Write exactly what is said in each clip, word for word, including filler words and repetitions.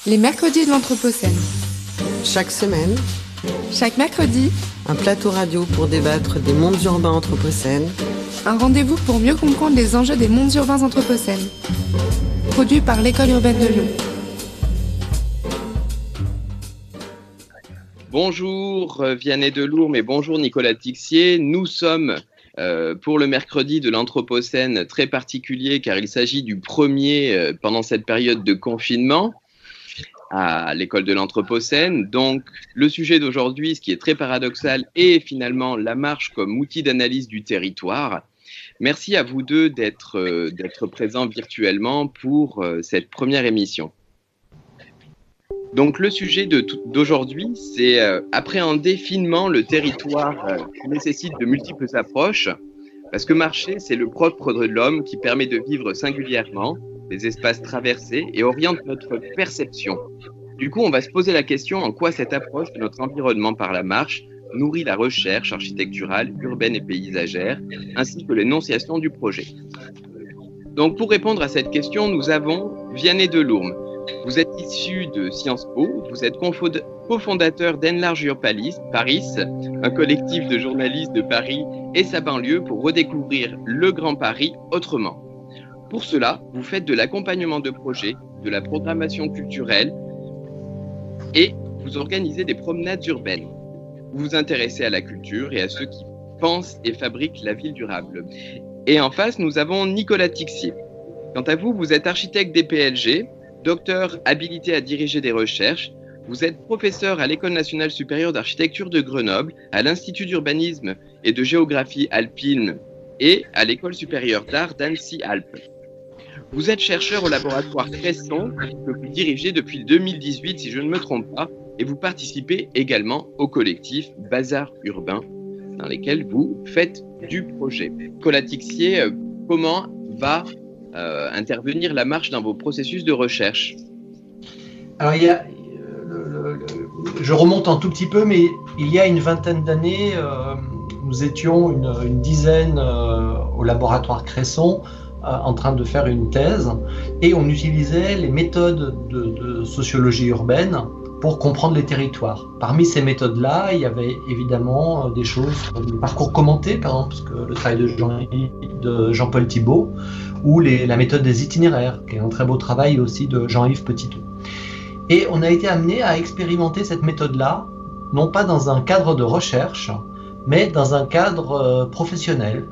Les mercredis de l'Anthropocène. Chaque semaine, Chaque mercredi, un plateau radio pour débattre des mondes urbains anthropocènes. un rendez-vous pour mieux comprendre les enjeux des mondes urbains anthropocènes. Produit par l'École urbaine de Lyon. Bonjour euh, Vianney Delourme et bonjour Nicolas Tixier. Nous sommes euh, pour le mercredi de l'Anthropocène très particulier car il s'agit du premier euh, pendant cette période de confinement à l'école de l'Anthropocène. Donc le sujet d'aujourd'hui, ce qui est très paradoxal, est finalement la marche comme outil d'analyse du territoire. Merci à vous deux d'être, euh, d'être présents virtuellement pour euh, cette première émission. Donc le sujet de tout, d'aujourd'hui, c'est euh, appréhender finement le territoire euh, qui nécessite de multiples approches, parce que marcher, c'est le propre de l'homme qui permet de vivre singulièrement, les espaces traversés et oriente notre perception. Du coup, on va se poser la question en quoi cette approche de notre environnement par la marche nourrit la recherche architecturale, urbaine et paysagère, ainsi que l'énonciation du projet. Donc pour répondre à cette question, nous avons Vianney Delourme. Vous êtes issu de Sciences Po, vous êtes cofondateur d'Enlarge Your Paris, un collectif de journalistes de Paris et sa banlieue pour redécouvrir le Grand Paris autrement. Pour cela, vous faites de l'accompagnement de projets, de la programmation culturelle et vous organisez des promenades urbaines. Vous vous intéressez à la culture et à ceux qui pensent et fabriquent la ville durable. Et en face, nous avons Nicolas Tixier. Quant à vous, vous êtes architecte D P L G, docteur habilité à diriger des recherches. Vous êtes professeur à l'École nationale supérieure d'architecture de Grenoble, à l'Institut d'urbanisme et de géographie alpine et à l'École supérieure d'art d'Annecy-Alpes. Vous êtes chercheur au laboratoire Cresson, que vous dirigez depuis deux mille dix-huit, si je ne me trompe pas, et vous participez également au collectif Bazar Urbain, dans lequel vous faites du projet. Nicolas Tixier, comment va euh, intervenir la marche dans vos processus de recherche? Alors, il y a, le, le, le, je remonte un tout petit peu, mais il y a une vingtaine d'années, euh, nous étions une, une dizaine euh, au laboratoire Cresson, en train de faire une thèse et on utilisait les méthodes de, de sociologie urbaine pour comprendre les territoires. Parmi ces méthodes-là, il y avait évidemment des choses comme le parcours commenté, par exemple, parce que le travail de, Jean, de Jean-Paul Thibault, ou les, la méthode des itinéraires, qui est un très beau travail aussi de Jean-Yves Petitot. Et on a été amené à expérimenter cette méthode-là, non pas dans un cadre de recherche, mais dans un cadre euh, professionnel.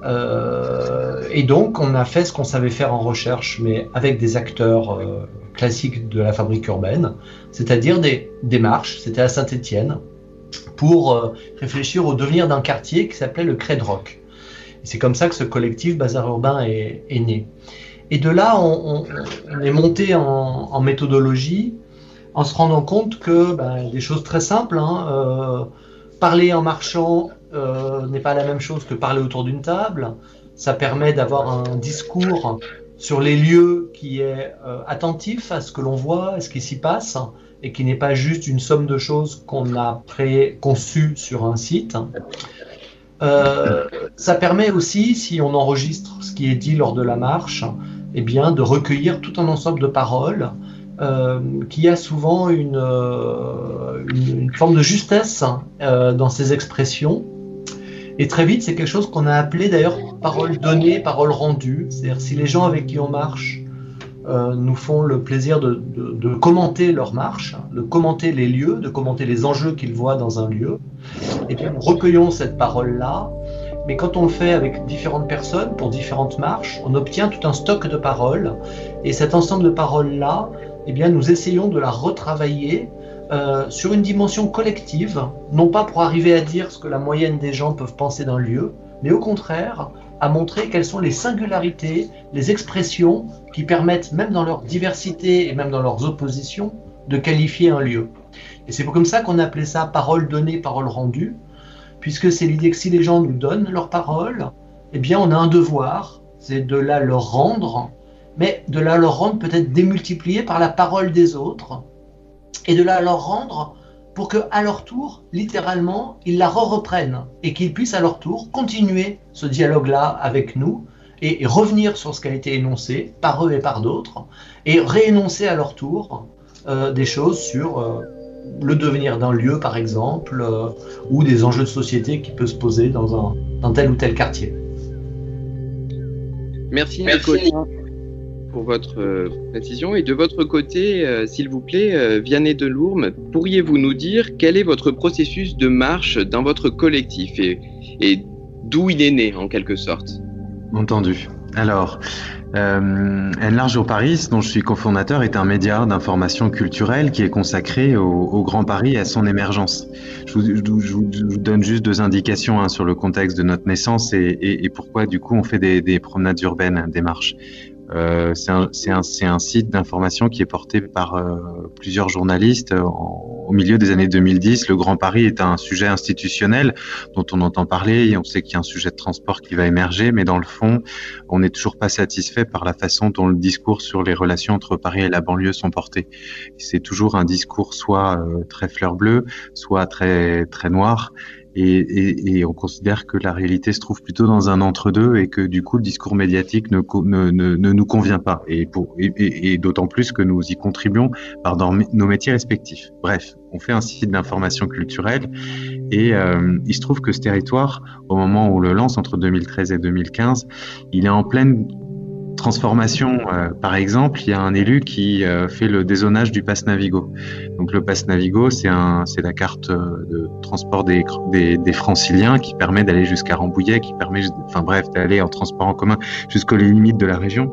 Euh, et donc on a fait ce qu'on savait faire en recherche, mais avec des acteurs euh, classiques de la fabrique urbaine, c'est-à-dire des démarches. C'était à Saint-Étienne pour euh, réfléchir au devenir d'un quartier qui s'appelait le Cré de Roc. Et c'est comme ça que ce collectif Bazar Urbain est, est né. Et de là, on, on, on est monté en, en méthodologie en se rendant compte que ben, des choses très simples, hein, euh, parler en marchant Euh, n'est pas la même chose que parler autour d'une table. Ça permet d'avoir un discours sur les lieux qui est euh, attentif à ce que l'on voit, à ce qui s'y passe, et qui n'est pas juste une somme de choses qu'on a préconçues sur un site. Euh, ça permet aussi, si on enregistre ce qui est dit lors de la marche, eh bien, de recueillir tout un ensemble de paroles euh, qui a souvent une, euh, une, une forme de justesse euh, dans ses expressions. Et très vite, c'est quelque chose qu'on a appelé d'ailleurs parole donnée, parole rendue. C'est-à-dire si les gens avec qui on marche euh, nous font le plaisir de, de, de commenter leur marche, de commenter les lieux, de commenter les enjeux qu'ils voient dans un lieu, et bien nous recueillons cette parole-là. Mais quand on le fait avec différentes personnes, pour différentes marches, on obtient tout un stock de paroles. Et cet ensemble de paroles-là, eh bien, nous essayons de la retravailler Euh, sur une dimension collective, non pas pour arriver à dire ce que la moyenne des gens peuvent penser d'un lieu, mais au contraire, à montrer quelles sont les singularités, les expressions qui permettent, même dans leur diversité et même dans leurs oppositions, de qualifier un lieu. Et c'est comme ça qu'on appelait ça parole donnée, parole rendue, puisque c'est l'idée que si les gens nous donnent leur parole, eh bien on a un devoir, c'est de la leur rendre, mais de la leur rendre peut-être démultipliée par la parole des autres, et de la leur rendre pour qu'à leur tour, littéralement, ils la re-reprennent et qu'ils puissent à leur tour continuer ce dialogue-là avec nous et, et revenir sur ce qui a été énoncé par eux et par d'autres et réénoncer à leur tour euh, des choses sur euh, le devenir d'un lieu, par exemple, euh, ou des enjeux de société qui peuvent se poser dans, un, dans tel ou tel quartier. Merci, Nicolas, pour votre euh, précision. Et de votre côté, euh, s'il vous plaît, euh, Vianney Delourme, pourriez-vous nous dire quel est votre processus de marche dans votre collectif et, et d'où il est né, en quelque sorte? Entendu. Alors, euh, Enlarge au Paris, dont je suis cofondateur, est un média d'information culturelle qui est consacré au, au Grand Paris et à son émergence. Je vous, je vous, je vous donne juste deux indications hein, sur le contexte de notre naissance et, et, et pourquoi, du coup, on fait des, des promenades urbaines, des marches. Euh, c'est un, c'est un, c'est un site d'information qui est porté par euh, plusieurs journalistes. En, au milieu des années deux mille dix, le Grand Paris est un sujet institutionnel dont on entend parler et on sait qu'il y a un sujet de transport qui va émerger, mais dans le fond, on n'est toujours pas satisfait par la façon dont le discours sur les relations entre Paris et la banlieue sont portés. C'est toujours un discours soit euh, très fleur bleue, soit très très noir. Et, et, et on considère que la réalité se trouve plutôt dans un entre-deux et que du coup le discours médiatique ne, ne, ne, ne nous convient pas et, pour, et, et, et d'autant plus que nous y contribuons par dans nos métiers respectifs. Bref, on fait un site d'information culturelle et euh, il se trouve que ce territoire, au moment où on le lance entre deux mille treize et deux mille quinze, il est en pleine transformation. Euh, par exemple, il y a un élu qui euh, fait le dézonage du Pass Navigo. Donc le Pass Navigo, c'est un, c'est la carte de transport des, des, des franciliens qui permet d'aller jusqu'à Rambouillet, qui permet, enfin bref, d'aller en transport en commun jusqu'aux limites de la région.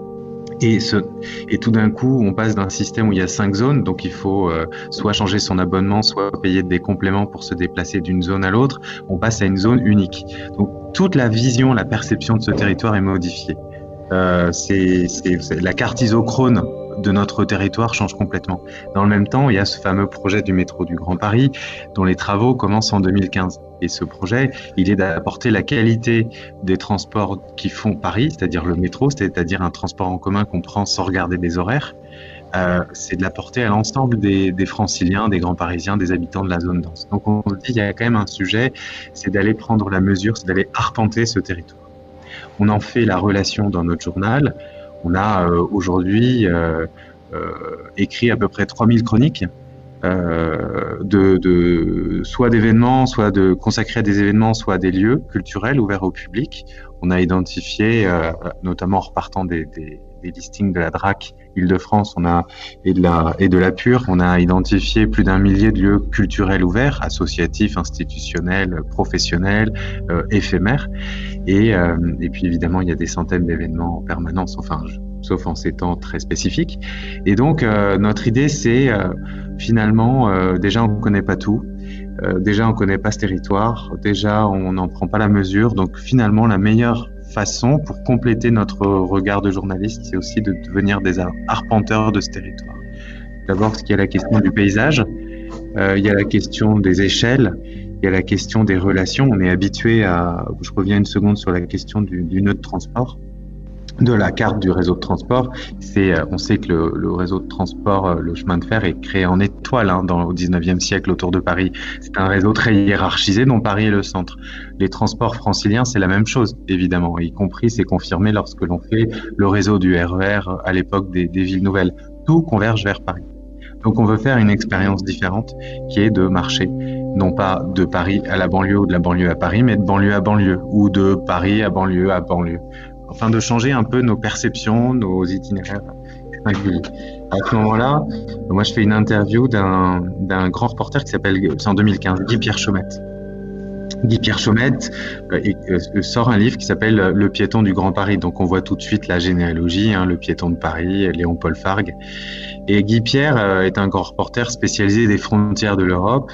Et, ce, et tout d'un coup, on passe d'un système où il y a cinq zones, donc il faut euh, soit changer son abonnement, soit payer des compléments pour se déplacer d'une zone à l'autre. On passe à une zone unique. Donc toute la vision, la perception de ce territoire est modifiée. Euh, c'est, c'est, c'est la carte isochrone de notre territoire change complètement. Dans le même temps, il y a ce fameux projet du métro du Grand Paris dont les travaux commencent en deux mille quinze. Et ce projet, il est d'apporter la qualité des transports qui font Paris, c'est-à-dire le métro, c'est-à-dire un transport en commun qu'on prend sans regarder des horaires. Euh, c'est de l'apporter à l'ensemble des, des franciliens, des grands parisiens, des habitants de la zone dense. Donc on se dit, il y a quand même un sujet, c'est d'aller prendre la mesure, c'est d'aller arpenter ce territoire. On en fait la relation dans notre journal. On a euh, aujourd'hui euh, euh, écrit à peu près trois mille chroniques, euh, de, de, soit d'événements, soit de consacrés à des événements, soit à des lieux culturels ouverts au public. On a identifié, euh, notamment en repartant des, des, des listings de la D R A C Île-de-France, on a et de la et de la Pure, on a identifié plus d'un millier de lieux culturels ouverts, associatifs, institutionnels, professionnels, euh, éphémères. Et euh, et puis évidemment, il y a des centaines d'événements en permanence, enfin, je, sauf en ces temps très spécifiques. Et donc euh, notre idée, c'est euh, finalement, euh, déjà on ne connaît pas tout. Euh, déjà, on ne connaît pas ce territoire. Déjà, on n'en prend pas la mesure. Donc, finalement, la meilleure façon pour compléter notre regard de journaliste, c'est aussi de devenir des arpenteurs de ce territoire. D'abord, il y a la question du paysage, euh, il y a la question des échelles, il y a la question des relations. On est habitué à... Je reviens une seconde sur la question du, du nœud de transport, de la carte du réseau de transport. C'est, on sait que le, le réseau de transport, le chemin de fer, est créé en étoile hein, dans, au dix-neuvième siècle autour de Paris. C'est un réseau très hiérarchisé dont Paris est le centre. Les transports franciliens, c'est la même chose, évidemment, y compris, c'est confirmé lorsque l'on fait le réseau du R E R à l'époque des, des villes nouvelles. Tout converge vers Paris. Donc on veut faire une expérience différente qui est de marcher, non pas de Paris à la banlieue ou de la banlieue à Paris, mais de banlieue à banlieue ou de Paris à banlieue à banlieue. Enfin, de changer un peu nos perceptions, nos itinéraires singuliers. À ce moment-là, moi, je fais une interview d'un, d'un grand reporter qui s'appelle, c'est en deux mille quinze, Guy-Pierre Chaumette. Guy-Pierre Chaumette euh, euh, sort un livre qui s'appelle Le piéton du Grand Paris. Donc, on voit tout de suite la généalogie, hein, le piéton de Paris, Léon-Paul Fargue. Et Guy-Pierre euh, est un grand reporter spécialisé des frontières de l'Europe.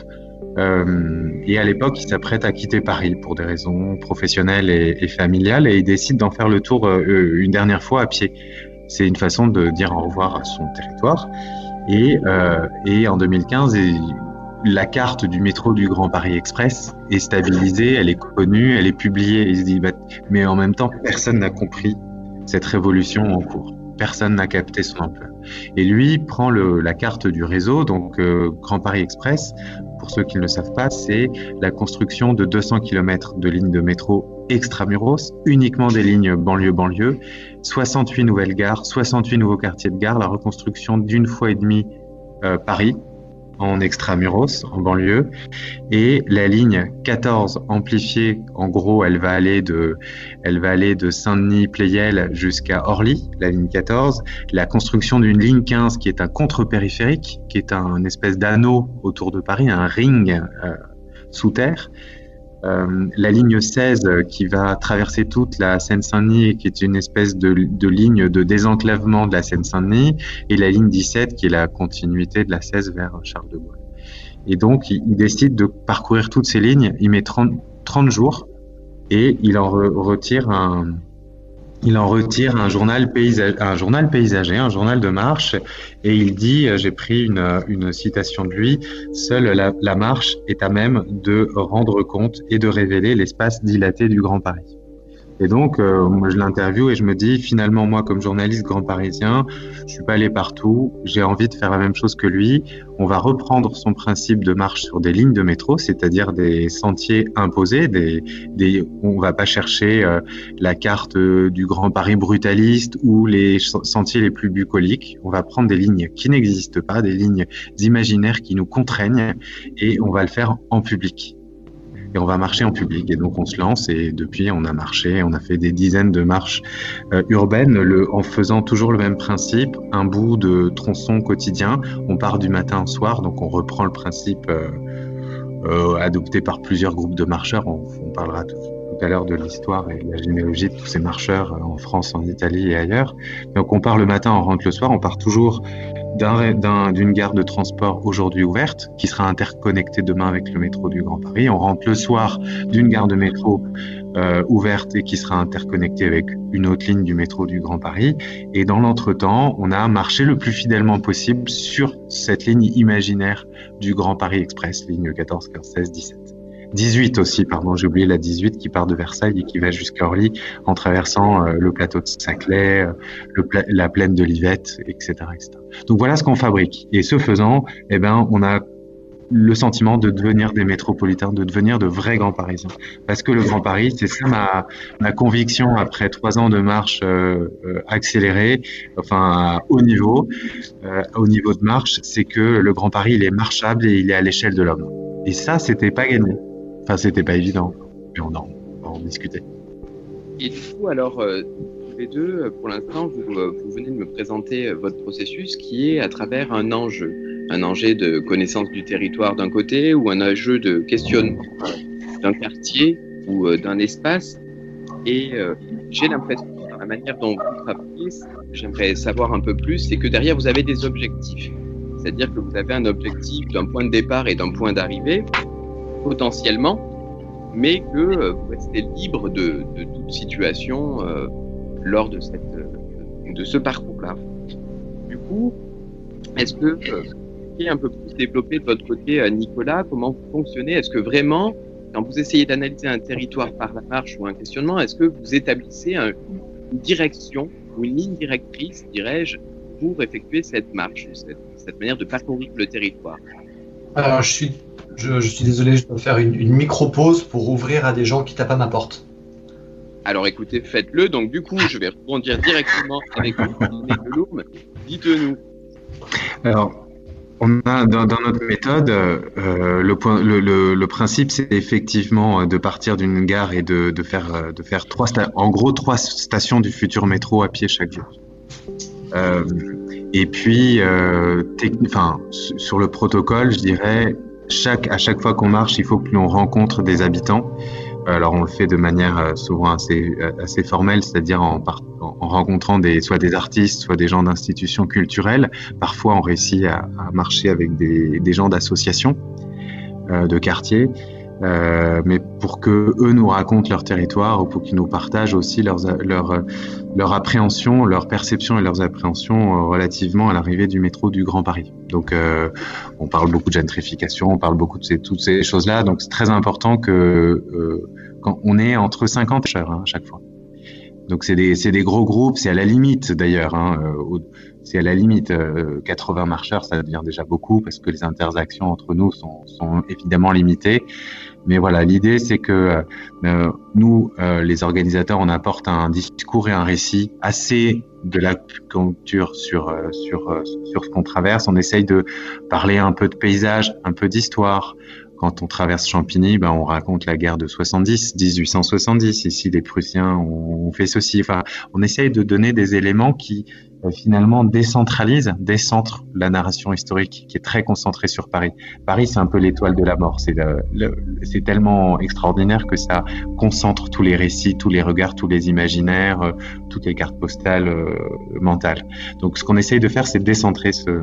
Euh, et à l'époque, il s'apprête à quitter Paris pour des raisons professionnelles et, et familiales, et il décide d'en faire le tour euh, une dernière fois à pied. C'est une façon de dire au revoir à son territoire. Et, euh, et en deux mille quinze, et la carte du métro du Grand Paris Express est stabilisée, elle est connue, elle est publiée. Il se dit, bah, mais en même temps, personne n'a compris cette révolution en cours. Personne n'a capté son ampleur. Et lui prend le, la carte du réseau, donc euh, Grand Paris Express. Pour ceux qui ne le savent pas, c'est la construction de deux cents kilomètres de lignes de métro extramuros, uniquement des lignes banlieue-banlieue, soixante-huit nouvelles gares, soixante-huit nouveaux quartiers de gare, la reconstruction d'une fois et demie euh, Paris, en extramuros, en banlieue, et la ligne quatorze amplifiée, en gros, elle va aller de, elle va aller de Saint-Denis-Pleyel jusqu'à Orly, la ligne quatorze. La construction d'une ligne quinze qui est un contre-périphérique, qui est un espèce d'anneau autour de Paris, un ring euh, sous terre. Euh, la ligne seize euh, qui va traverser toute la Seine-Saint-Denis et qui est une espèce de, de ligne de désenclavement de la Seine-Saint-Denis, et la ligne dix-sept qui est la continuité de la seize vers Charles de Gaulle. Et donc, il, il décide de parcourir toutes ces lignes. Il met trente, trente jours et il en re, retire un, il en retire un journal paysager, un journal paysager, un journal de marche. Et il dit, j'ai pris une, une citation de lui, seule la, la marche est à même de rendre compte et de révéler l'espace dilaté du Grand Paris. Et donc, euh, moi, je l'interviewe et je me dis, finalement, moi, comme journaliste grand parisien, je suis pas allé partout. J'ai envie de faire la même chose que lui. On va reprendre son principe de marche sur des lignes de métro, c'est-à-dire des sentiers imposés. Des, des, on va pas chercher euh, la carte euh, du Grand Paris brutaliste ou les sentiers les plus bucoliques. On va prendre des lignes qui n'existent pas, des lignes imaginaires qui nous contraignent, et on va le faire en public. Et on va marcher en public. Et donc on se lance, et depuis on a marché, on a fait des dizaines de marches euh, urbaines le, en faisant toujours le même principe, un bout de tronçon quotidien. On part du matin au soir, donc on reprend le principe euh, euh, adopté par plusieurs groupes de marcheurs. On, on parlera tout, tout à l'heure de l'histoire et de la généalogie de tous ces marcheurs en France, en Italie et ailleurs. Donc on part le matin, on rentre le soir, on part toujours D'un, d'un, d'une gare de transport aujourd'hui ouverte, qui sera interconnectée demain avec le métro du Grand Paris. On rentre le soir d'une gare de métro euh, ouverte et qui sera interconnectée avec une autre ligne du métro du Grand Paris. Et dans l'entretemps, on a marché le plus fidèlement possible sur cette ligne imaginaire du Grand Paris Express, ligne quatorze, quinze, seize, dix-sept. dix-huit aussi, pardon, j'ai oublié la dix-huit qui part de Versailles et qui va jusqu'à Orly en traversant euh, le plateau de Saclay, euh, le pla- la plaine de Livette, et cetera, et cetera. Donc voilà ce qu'on fabrique. Et ce faisant, eh ben, on a le sentiment de devenir des métropolitains, de devenir de vrais grands Parisiens. Parce que le Grand Paris, c'est ça ma, ma conviction après trois ans de marche euh, euh, accélérée, enfin à haut niveau, euh, au niveau de marche, c'est que le Grand Paris, il est marchable et il est à l'échelle de l'homme. Et ça, c'était pas gagné. Enfin, c'était pas évident, mais on en, on en discutait. Et du coup, alors, euh, tous les deux, pour l'instant, vous, euh, vous venez de me présenter euh, votre processus qui est à travers un enjeu. Un enjeu de connaissance du territoire d'un côté, ou un enjeu de questionnement d'un quartier ou euh, d'un espace. Et euh, j'ai l'impression, dans la manière dont vous travaillez, j'aimerais savoir un peu plus, c'est que derrière, vous avez des objectifs. C'est-à-dire que vous avez un objectif d'un point de départ et d'un point d'arrivée, potentiellement, mais que euh, vous restez libre de, de toute situation euh, lors de, cette, euh, de ce parcours-là. Du coup, est-ce que euh, vous pouvez un peu plus développer de votre côté, euh, Nicolas, comment vous fonctionnez? Est-ce que vraiment, quand vous essayez d'analyser un territoire par la marche ou un questionnement, est-ce que vous établissez un, une direction ou une ligne directrice, dirais-je, pour effectuer cette marche, cette, cette manière de parcourir le territoire? Alors, je suis Je, je suis désolé, je dois faire une, une micro-pause pour ouvrir à des gens qui tapent à ma porte. Alors écoutez, faites-le. Donc du coup, je vais rebondir directement avec vous, Delourme. Dites-nous. Alors, on a dans, dans notre méthode, euh, le, point, le, le, le principe, c'est effectivement de partir d'une gare et de, de faire, de faire trois, sta- en gros, trois stations du futur métro à pied chaque jour. Euh, et puis, euh, techni- enfin, sur le protocole, je dirais. Chaque, à chaque fois qu'on marche, il faut que l'on rencontre des habitants. Alors, on le fait de manière souvent assez, assez formelle, c'est-à-dire en, en rencontrant des, soit des artistes, soit des gens d'institutions culturelles. Parfois, on réussit à, à marcher avec des, des gens d'associations, euh, de quartiers. Euh, mais pour que eux nous racontent leur territoire ou pour qu'ils nous partagent aussi leurs, leur, leur appréhension, leur perception et leurs appréhensions relativement à l'arrivée du métro du Grand Paris. Donc, euh, on parle beaucoup de gentrification, on parle beaucoup de ces, toutes ces choses-là. Donc, c'est très important que euh, quand on est entre cinquante marcheurs hein, à chaque fois. Donc, c'est des, c'est des gros groupes, c'est à la limite d'ailleurs. Hein, euh, c'est à la limite, euh, quatre-vingts marcheurs, ça devient déjà beaucoup parce que les interactions entre nous sont, sont évidemment limitées. Mais voilà, l'idée, c'est que euh, nous, euh, les organisateurs, on apporte un discours et un récit assez de la culture sur euh, sur euh, sur ce qu'on traverse. On essaye de parler un peu de paysage, un peu d'histoire. Quand on traverse Champigny, ben on raconte la guerre de soixante-dix, dix-huit cent soixante-dix. Ici, les Prussiens ont fait ceci. Enfin, on essaye de donner des éléments qui euh, finalement décentralisent, décentrent la narration historique, qui est très concentrée sur Paris. Paris, c'est un peu l'étoile de la mort. C'est le, le, c'est tellement extraordinaire que ça concentre tous les récits, tous les regards, tous les imaginaires, euh, toutes les cartes postales euh, mentales. Donc, ce qu'on essaye de faire, c'est décentrer ce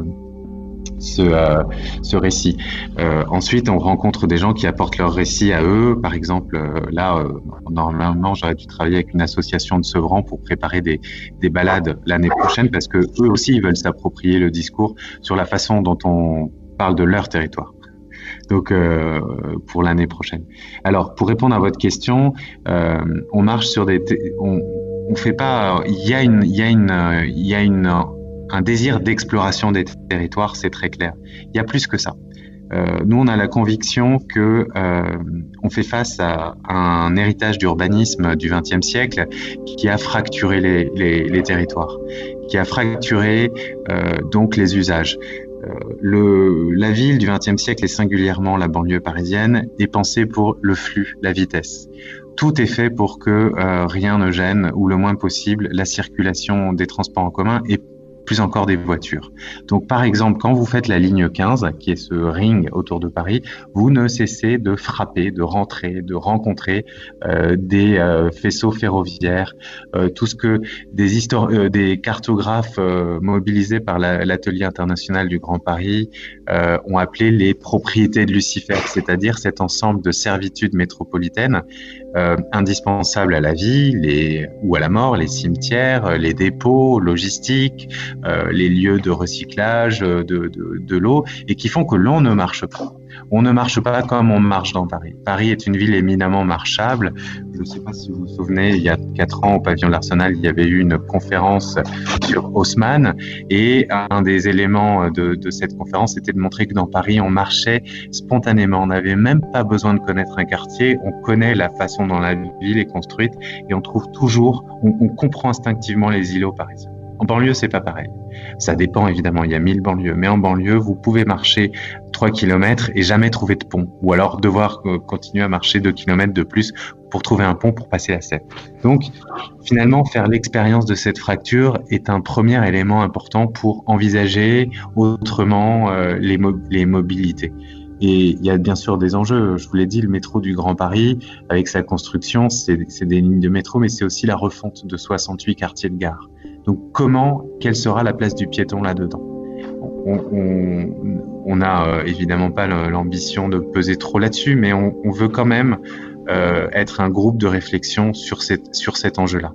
ce euh, ce récit. Euh, ensuite, on rencontre des gens qui apportent leur récit à eux. Par exemple, euh, là, euh, normalement, j'aurais dû travailler avec une association de Sevran pour préparer des des balades l'année prochaine, parce que eux aussi, ils veulent s'approprier le discours sur la façon dont on parle de leur territoire. Donc, euh, pour l'année prochaine. Alors, pour répondre à votre question, euh, on marche sur des, on, on fait pas. Il y a une, il y a une, il y a une un désir d'exploration des territoires, c'est très clair. Il y a plus que ça. Euh, nous, on a la conviction que euh, on fait face à, à un héritage d'urbanisme du vingtième siècle qui a fracturé les, les, les territoires, qui a fracturé euh, donc les usages. Euh, le, la ville du vingtième siècle et singulièrement la banlieue parisienne est pensée pour le flux, la vitesse. Tout est fait pour que euh, rien ne gêne, ou le moins possible, la circulation des transports en commun et plus encore des voitures. Donc, par exemple, quand vous faites la ligne quinze, qui est ce ring autour de Paris, vous ne cessez de frapper, de rentrer, de rencontrer euh, des euh, faisceaux ferroviaires, euh, tout ce que des, histori- euh, des cartographes euh, mobilisés par la, l'Atelier international du Grand Paris euh, ont appelé les propriétés de Lucifer, c'est-à-dire cet ensemble de servitudes métropolitaines euh, indispensables à la vie les, ou à la mort, les cimetières, les dépôts logistiques, Euh, les lieux de recyclage de, de, de l'eau, et qui font que l'on ne marche pas. On ne marche pas comme on marche dans Paris. Paris est une ville éminemment marchable. Je ne sais pas si vous vous souvenez, il y a quatre ans au pavillon de l'Arsenal, il y avait eu une conférence sur Haussmann, et un des éléments de, de cette conférence était de montrer que dans Paris, on marchait spontanément. On n'avait même pas besoin de connaître un quartier. On connaît la façon dont la ville est construite, et on trouve toujours, on, on comprend instinctivement les îlots parisiens. En banlieue, c'est pas pareil. Ça dépend évidemment, il y a mille banlieues. Mais en banlieue, vous pouvez marcher trois kilomètres et jamais trouver de pont. Ou alors devoir euh, continuer à marcher deux kilomètres de plus pour trouver un pont pour passer la Seine. Donc, finalement, faire l'expérience de cette fracture est un premier élément important pour envisager autrement euh, les, mo- les mobilités. Et il y a bien sûr des enjeux. Je vous l'ai dit, le métro du Grand Paris, avec sa construction, c'est, c'est des lignes de métro, mais c'est aussi la refonte de soixante-huit quartiers de gare. Donc, comment, quelle sera la place du piéton là-dedans ? On, on, on n'a euh, évidemment pas l'ambition de peser trop là-dessus, mais on, on veut quand même euh, être un groupe de réflexion sur, cette, sur cet enjeu-là.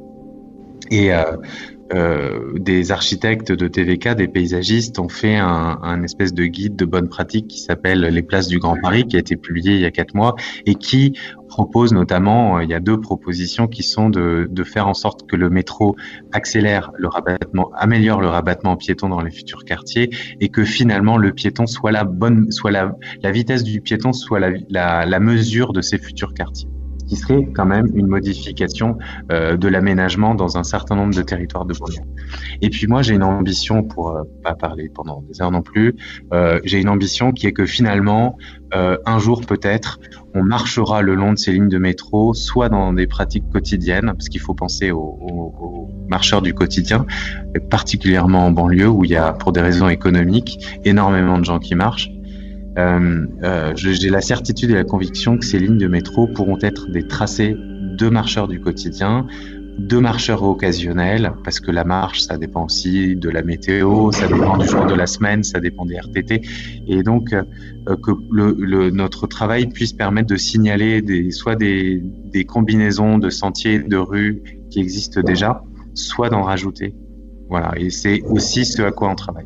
Et euh, euh, des architectes de T V K, des paysagistes, ont fait un, un espèce de guide de bonne pratique qui s'appelle Les places du Grand Paris, qui a été publié il y a quatre mois, et qui propose notamment, il y a deux propositions qui sont de, de faire en sorte que le métro accélère le rabattement, améliore le rabattement piéton dans les futurs quartiers, et que finalement le piéton soit la bonne, soit la, la vitesse du piéton soit la, la, la mesure de ces futurs quartiers, qui serait quand même une modification euh, de l'aménagement dans un certain nombre de territoires de banlieue. Et puis moi, j'ai une ambition, pour euh, pas parler pendant des heures non plus, euh, j'ai une ambition qui est que finalement, euh, un jour peut-être, on marchera le long de ces lignes de métro, soit dans des pratiques quotidiennes, parce qu'il faut penser aux, aux, aux marcheurs du quotidien, particulièrement en banlieue, où il y a, pour des raisons économiques, énormément de gens qui marchent. Euh, euh, j'ai la certitude et la conviction que ces lignes de métro pourront être des tracés de marcheurs du quotidien, de marcheurs occasionnels, parce que la marche, ça dépend aussi de la météo, ça dépend du jour de la semaine, ça dépend des R T T, et donc euh, que le, le, notre travail puisse permettre de signaler des, soit des, des combinaisons de sentiers, de rues qui existent déjà, soit d'en rajouter. Voilà, et c'est aussi ce à quoi on travaille.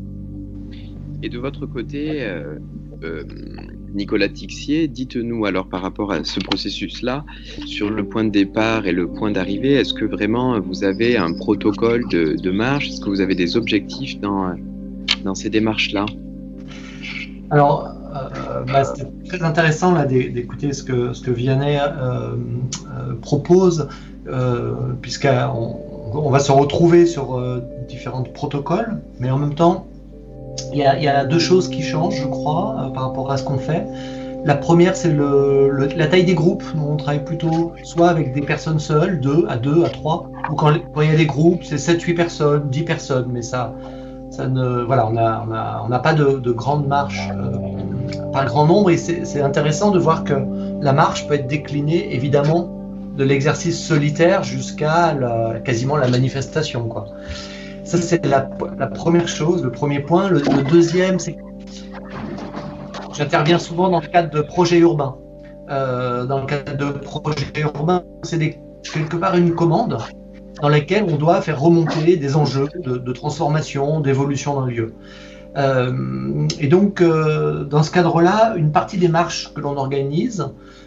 Et de votre côté, euh, euh, Nicolas Tixier, dites-nous alors par rapport à ce processus-là, sur le point de départ et le point d'arrivée, est-ce que vraiment vous avez un protocole de, de marche ? Est-ce que vous avez des objectifs dans, dans ces démarches-là ? Alors, euh, bah, c'était très intéressant là, d'écouter ce que, ce que Vianney euh, euh, propose, euh, puisqu'on on va se retrouver sur euh, différents protocoles, mais en même temps, il y a, il y a deux choses qui changent, je crois, euh, par rapport à ce qu'on fait. La première, c'est le, le, la taille des groupes. Nous, on travaille plutôt soit avec des personnes seules, deux, à deux, à trois, ou quand, quand il y a des groupes, c'est sept, huit personnes, dix personnes, mais ça, ça ne, voilà, on n'a on a, on a pas de, de grande marche euh, par grand nombre, et c'est intéressant de voir que la marche peut être déclinée, évidemment, de l'exercice solitaire jusqu'à la, quasiment la manifestation, quoi. Ça, c'est la, la première chose, le premier point. Le, le deuxième, c'est que j'interviens souvent dans le cadre de projets urbains. Euh, dans le cadre de projets urbains, c'est quelque part une commande dans laquelle on doit faire remonter des enjeux de, de transformation, d'évolution dans le lieu. Euh, et donc, euh, dans ce cadre-là, une partie des marches que l'on organise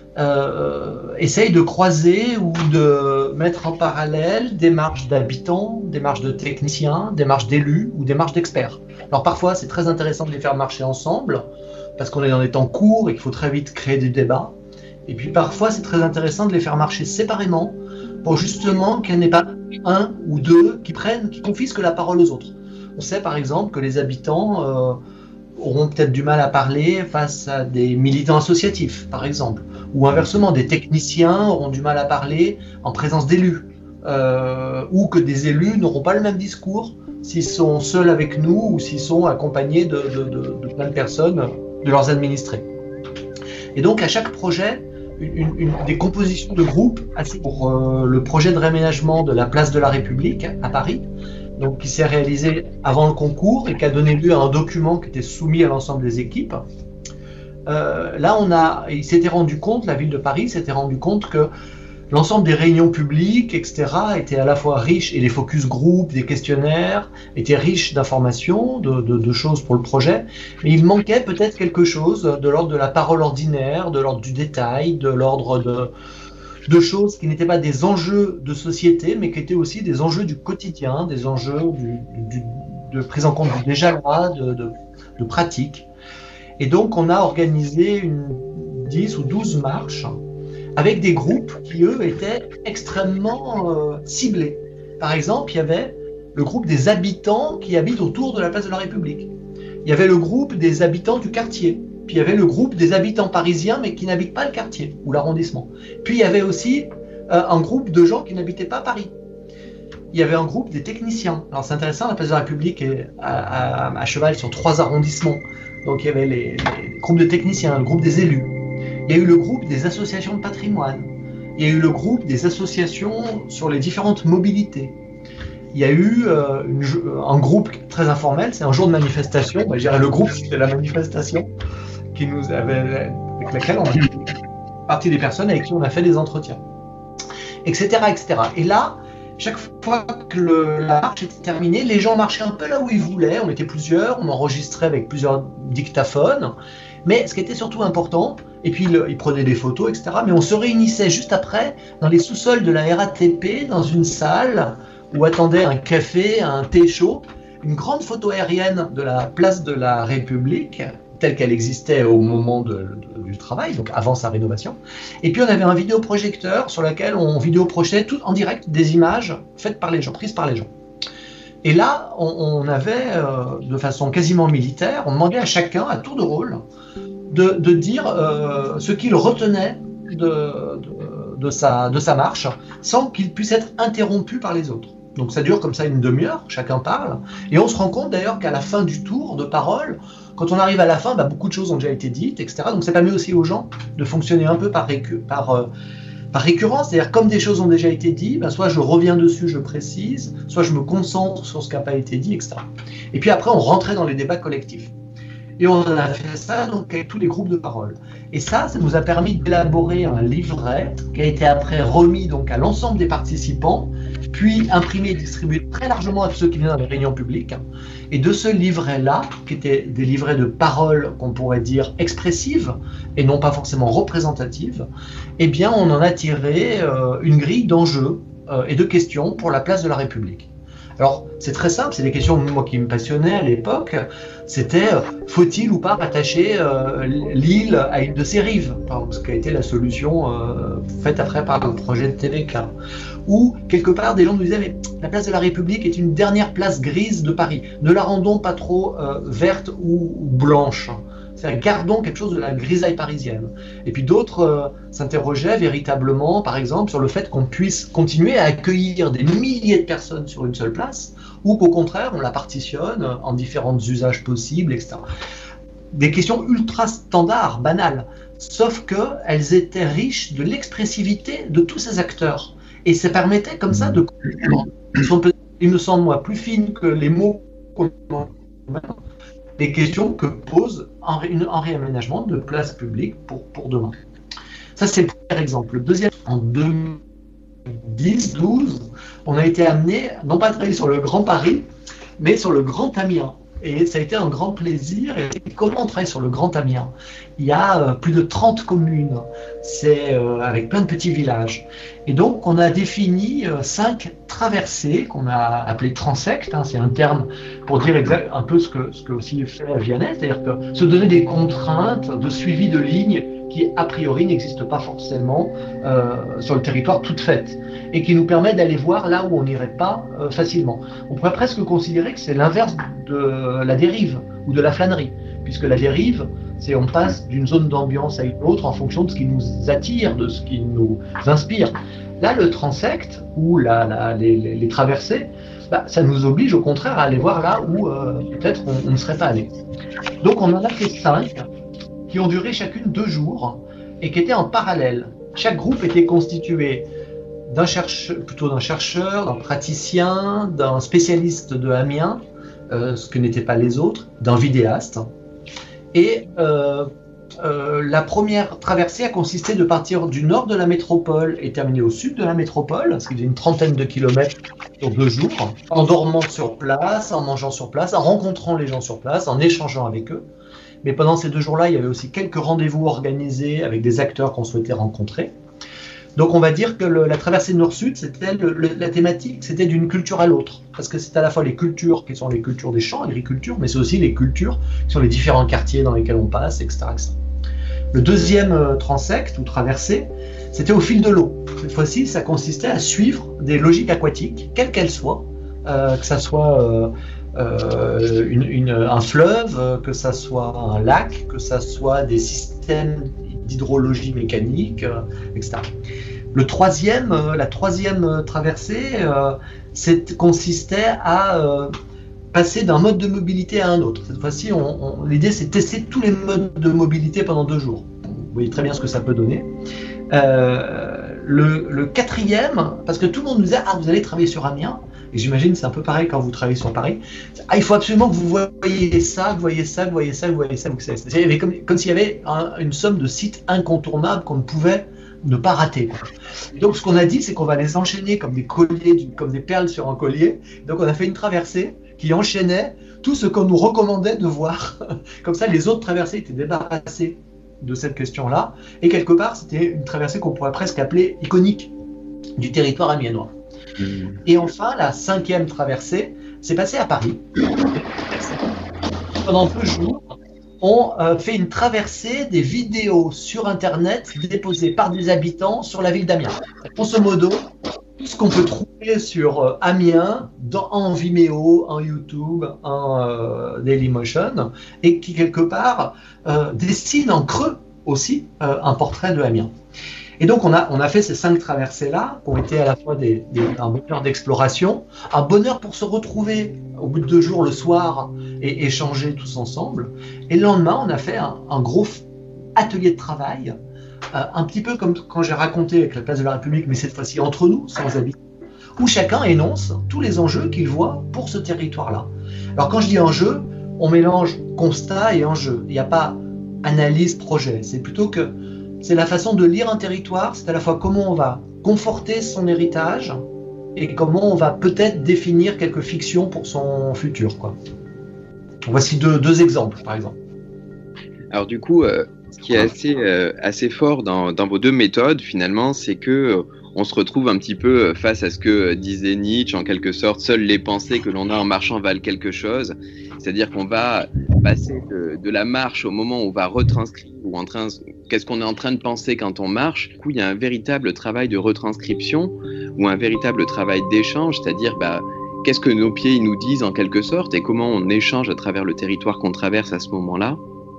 euh, essaye de croiser ou de mettre en parallèle des marches d'habitants, des marches de techniciens, des marches d'élus ou des marches d'experts. Alors parfois, c'est très intéressant de les faire marcher ensemble, parce qu'on est dans des temps courts et qu'il faut très vite créer des débats. Et puis parfois, c'est très intéressant de les faire marcher séparément pour justement qu'il n'y en ait pas un ou deux qui prennent, qui confisquent la parole aux autres. On sait par exemple que les habitants euh, auront peut-être du mal à parler face à des militants associatifs, par exemple. Ou inversement, des techniciens auront du mal à parler en présence d'élus. Euh, ou que des élus n'auront pas le même discours s'ils sont seuls avec nous ou s'ils sont accompagnés de, de, de, de plein de personnes, de leurs administrés. Et donc à chaque projet, une, une, des compositions de groupes pour euh, le projet de réaménagement de la place de la République à Paris, donc qui s'est réalisé avant le concours et qui a donné lieu à un document qui était soumis à l'ensemble des équipes. Euh, là, on a, il s'était rendu compte, la ville de Paris s'était rendu compte que l'ensemble des réunions publiques, et cetera, étaient à la fois riches, et les focus group, des questionnaires, étaient riches d'informations, de, de, de choses pour le projet, mais il manquait peut-être quelque chose de l'ordre de la parole ordinaire, de l'ordre du détail, de l'ordre de, de choses qui n'étaient pas des enjeux de société, mais qui étaient aussi des enjeux du quotidien, des enjeux du, du, de prise en compte du déjà là, de, de, de pratique. Et donc on a organisé une dix ou douze marches avec des groupes qui, eux, étaient extrêmement euh, ciblés. Par exemple, il y avait le groupe des habitants qui habitent autour de la place de la République. Il y avait le groupe des habitants du quartier. Puis il y avait le groupe des habitants parisiens, mais qui n'habitent pas le quartier ou l'arrondissement. Puis il y avait aussi euh, un groupe de gens qui n'habitaient pas Paris. Il y avait un groupe des techniciens. Alors c'est intéressant, la place de la République est à, à, à cheval sur trois arrondissements. Donc il y avait les, les groupes de techniciens, le groupe des élus. Il y a eu le groupe des associations de patrimoine. Il y a eu le groupe des associations sur les différentes mobilités. Il y a eu euh, une, un groupe très informel, c'est un jour de manifestation. Ben, je dirais le groupe, c'était la manifestation qui nous avait, avec laquelle on a fait partie des personnes avec qui on a fait des entretiens, et cetera, et cetera. Et là, chaque fois que le, la marche était terminée, les gens marchaient un peu là où ils voulaient. On était plusieurs, on enregistrait avec plusieurs dictaphones. Mais ce qui était surtout important, et puis le, ils prenaient des photos, et cetera. Mais on se réunissait juste après dans les sous-sols de la R A T P, dans une salle où attendait un café, un thé chaud, une grande photo aérienne de la place de la République, telle qu'elle existait au moment de, de, du travail, donc avant sa rénovation. Et puis on avait un vidéoprojecteur sur lequel on vidéoprojetait tout en direct des images faites par les gens, prises par les gens. Et là, on, on avait, euh, de façon quasiment militaire, on demandait à chacun, à tour de rôle, de, de dire euh, ce qu'il retenait de, de, de, sa, de sa marche, sans qu'il puisse être interrompu par les autres. Donc ça dure comme ça une demi-heure, chacun parle, et on se rend compte d'ailleurs qu'à la fin du tour de parole, quand on arrive à la fin, bah, beaucoup de choses ont déjà été dites, et cetera. Donc ça permet aussi aux gens de fonctionner un peu par, récu par, euh, par récurrence, c'est-à-dire comme des choses ont déjà été dites, bah, soit je reviens dessus, je précise, soit je me concentre sur ce qui n'a pas été dit, et cetera. Et puis après, on rentrait dans les débats collectifs. Et on a fait ça donc, avec tous les groupes de parole. Et ça, ça nous a permis d'élaborer un livret qui a été après remis donc, à l'ensemble des participants, puis imprimé et distribué très largement à tous ceux qui venaient dans les réunions publiques. Et de ce livret-là, qui étaient des livrets de paroles qu'on pourrait dire expressives et non pas forcément représentatives, eh bien on en a tiré euh, une grille d'enjeux euh, et de questions pour la place de la République. Alors, c'est très simple, c'est des questions moi qui me passionnaient à l'époque. C'était euh, faut-il ou pas rattacher euh, l'île à une de ses rives, ce qui a été la solution euh, faite après par le projet de T V K. Ou quelque part, des gens nous disaient mais la place de la République est une dernière place grise de Paris. Ne la rendons pas trop euh, verte ou, ou blanche. C'est-à-dire, gardons quelque chose de la grisaille parisienne. Et puis d'autres euh, s'interrogeaient véritablement, par exemple, sur le fait qu'on puisse continuer à accueillir des milliers de personnes sur une seule place, ou qu'au contraire, on la partitionne en différents usages possibles, et cetera. Des questions ultra standards, banales, sauf qu'elles étaient riches de l'expressivité de tous ces acteurs. Et ça permettait comme ça de comprendre. Ils sont, il me semble, moi, plus fines que les mots qu'on des questions que pose un, un réaménagement de places publiques pour, pour demain. Ça, c'est le premier exemple. Le deuxième, en deux mille dix douze, on a été amené, non pas à travailler sur le Grand Paris, mais sur le Grand Amiens. Et ça a été un grand plaisir. Et comment on travaille sur le Grand Amiens? Il y a euh, plus de trente communes, c'est euh, avec plein de petits villages. Et donc, on a défini euh, cinq traversées qu'on a appelées transects. Hein, c'est un terme pour dire exact, un peu ce que, ce que aussi fait Vianney, c'est-à-dire que se donner des contraintes de suivi de lignes qui, a priori, n'existent pas forcément euh, sur le territoire toutes faites et qui nous permet d'aller voir là où on n'irait pas euh, facilement. On pourrait presque considérer que c'est l'inverse de la dérive ou de la flânerie, puisque la dérive, c'est on passe d'une zone d'ambiance à une autre en fonction de ce qui nous attire, de ce qui nous inspire. Là, le transect ou la, la, les, les, les traversées, bah, ça nous oblige au contraire à aller voir là où euh, peut-être on, on ne serait pas allé. Donc on en a fait cinq qui ont duré chacune deux jours et qui étaient en parallèle. Chaque groupe était constitué d'un chercheur, plutôt d'un chercheur, d'un praticien, d'un spécialiste de Amiens, euh, ce que n'étaient pas les autres, d'un vidéaste. Et euh, euh, la première traversée a consisté de partir du nord de la métropole et terminer au sud de la métropole, ce qui faisait une trentaine de kilomètres sur deux jours, en dormant sur place, en mangeant sur place, en rencontrant les gens sur place, en échangeant avec eux. Mais pendant ces deux jours-là, il y avait aussi quelques rendez-vous organisés avec des acteurs qu'on souhaitait rencontrer. Donc on va dire que le, la traversée nord-sud, c'était le, le, la thématique, c'était d'une culture à l'autre. Parce que c'est à la fois les cultures qui sont les cultures des champs, agriculture, mais c'est aussi les cultures qui sont les différents quartiers dans lesquels on passe, et cetera et cetera. Le deuxième euh, transect ou traversée, c'était au fil de l'eau. Cette fois-ci, ça consistait à suivre des logiques aquatiques, quelles qu'elles soient, euh, que ça soit euh, euh, une, une, un fleuve, que ça soit un lac, que ça soit des systèmes d'hydrologie mécanique, euh, et cetera. Le troisième, euh, la troisième traversée euh, consistait à euh, passer d'un mode de mobilité à un autre. Cette fois-ci, on, on, l'idée c'est de tester tous les modes de mobilité pendant deux jours. Vous voyez très bien ce que ça peut donner. Euh, le, le quatrième, parce que tout le monde nous disait « Ah, vous allez travailler sur Amiens », et j'imagine c'est un peu pareil quand vous travaillez sur Paris. Ah, il faut absolument que vous voyez ça, que vous voyez ça, que vous voyez ça, que vous voyez ça. Donc c'est, il y avait comme, comme s'il y avait un, une somme de sites incontournables qu'on ne pouvait ne pas rater. Donc ce qu'on a dit, c'est qu'on va les enchaîner comme des colliers, comme des perles sur un collier. Donc on a fait une traversée qui enchaînait tout ce qu'on nous recommandait de voir. Comme ça, les autres traversées étaient débarrassées de cette question-là. Et quelque part, c'était une traversée qu'on pourrait presque appeler iconique du territoire amiénois. Et enfin, la cinquième traversée s'est passée à Paris. Pendant deux jours, on euh, fait une traversée des vidéos sur Internet déposées par des habitants sur la ville d'Amiens. Grosso modo, tout ce qu'on peut trouver sur euh, Amiens, dans, en Vimeo, en YouTube, en euh, Dailymotion, et qui quelque part euh, dessine en creux aussi euh, un portrait de Amiens. Et donc on a, on a fait ces cinq traversées-là, qui ont été à la fois des, des, un bonheur d'exploration, un bonheur pour se retrouver au bout de deux jours le soir et échanger tous ensemble. Et le lendemain, on a fait un, un gros atelier de travail, euh, un petit peu comme quand j'ai raconté avec la place de la République, mais cette fois-ci entre nous, sans habitants, où chacun énonce tous les enjeux qu'il voit pour ce territoire-là. Alors quand je dis enjeu, on mélange constat et enjeu. Il n'y a pas analyse, projet. C'est plutôt que c'est la façon de lire un territoire, c'est à la fois comment on va conforter son héritage et comment on va peut-être définir quelques fictions pour son futur, quoi. Voici deux, deux exemples, par exemple. Alors du coup, euh, ce qui est assez, euh, assez fort dans, dans vos deux méthodes, finalement, c'est que euh, on se retrouve un petit peu face à ce que disait Nietzsche, en quelque sorte, seules les pensées que l'on a en marchant valent quelque chose. C'est-à-dire qu'on va passer de, de la marche au moment où on va retranscrire, ou en train, qu'est-ce qu'on est en train de penser quand on marche. Du coup, il y a un véritable travail de retranscription ou un véritable travail d'échange, c'est-à-dire bah, qu'est-ce que nos pieds nous disent en quelque sorte et comment on échange à travers le territoire qu'on traverse à ce moment-là.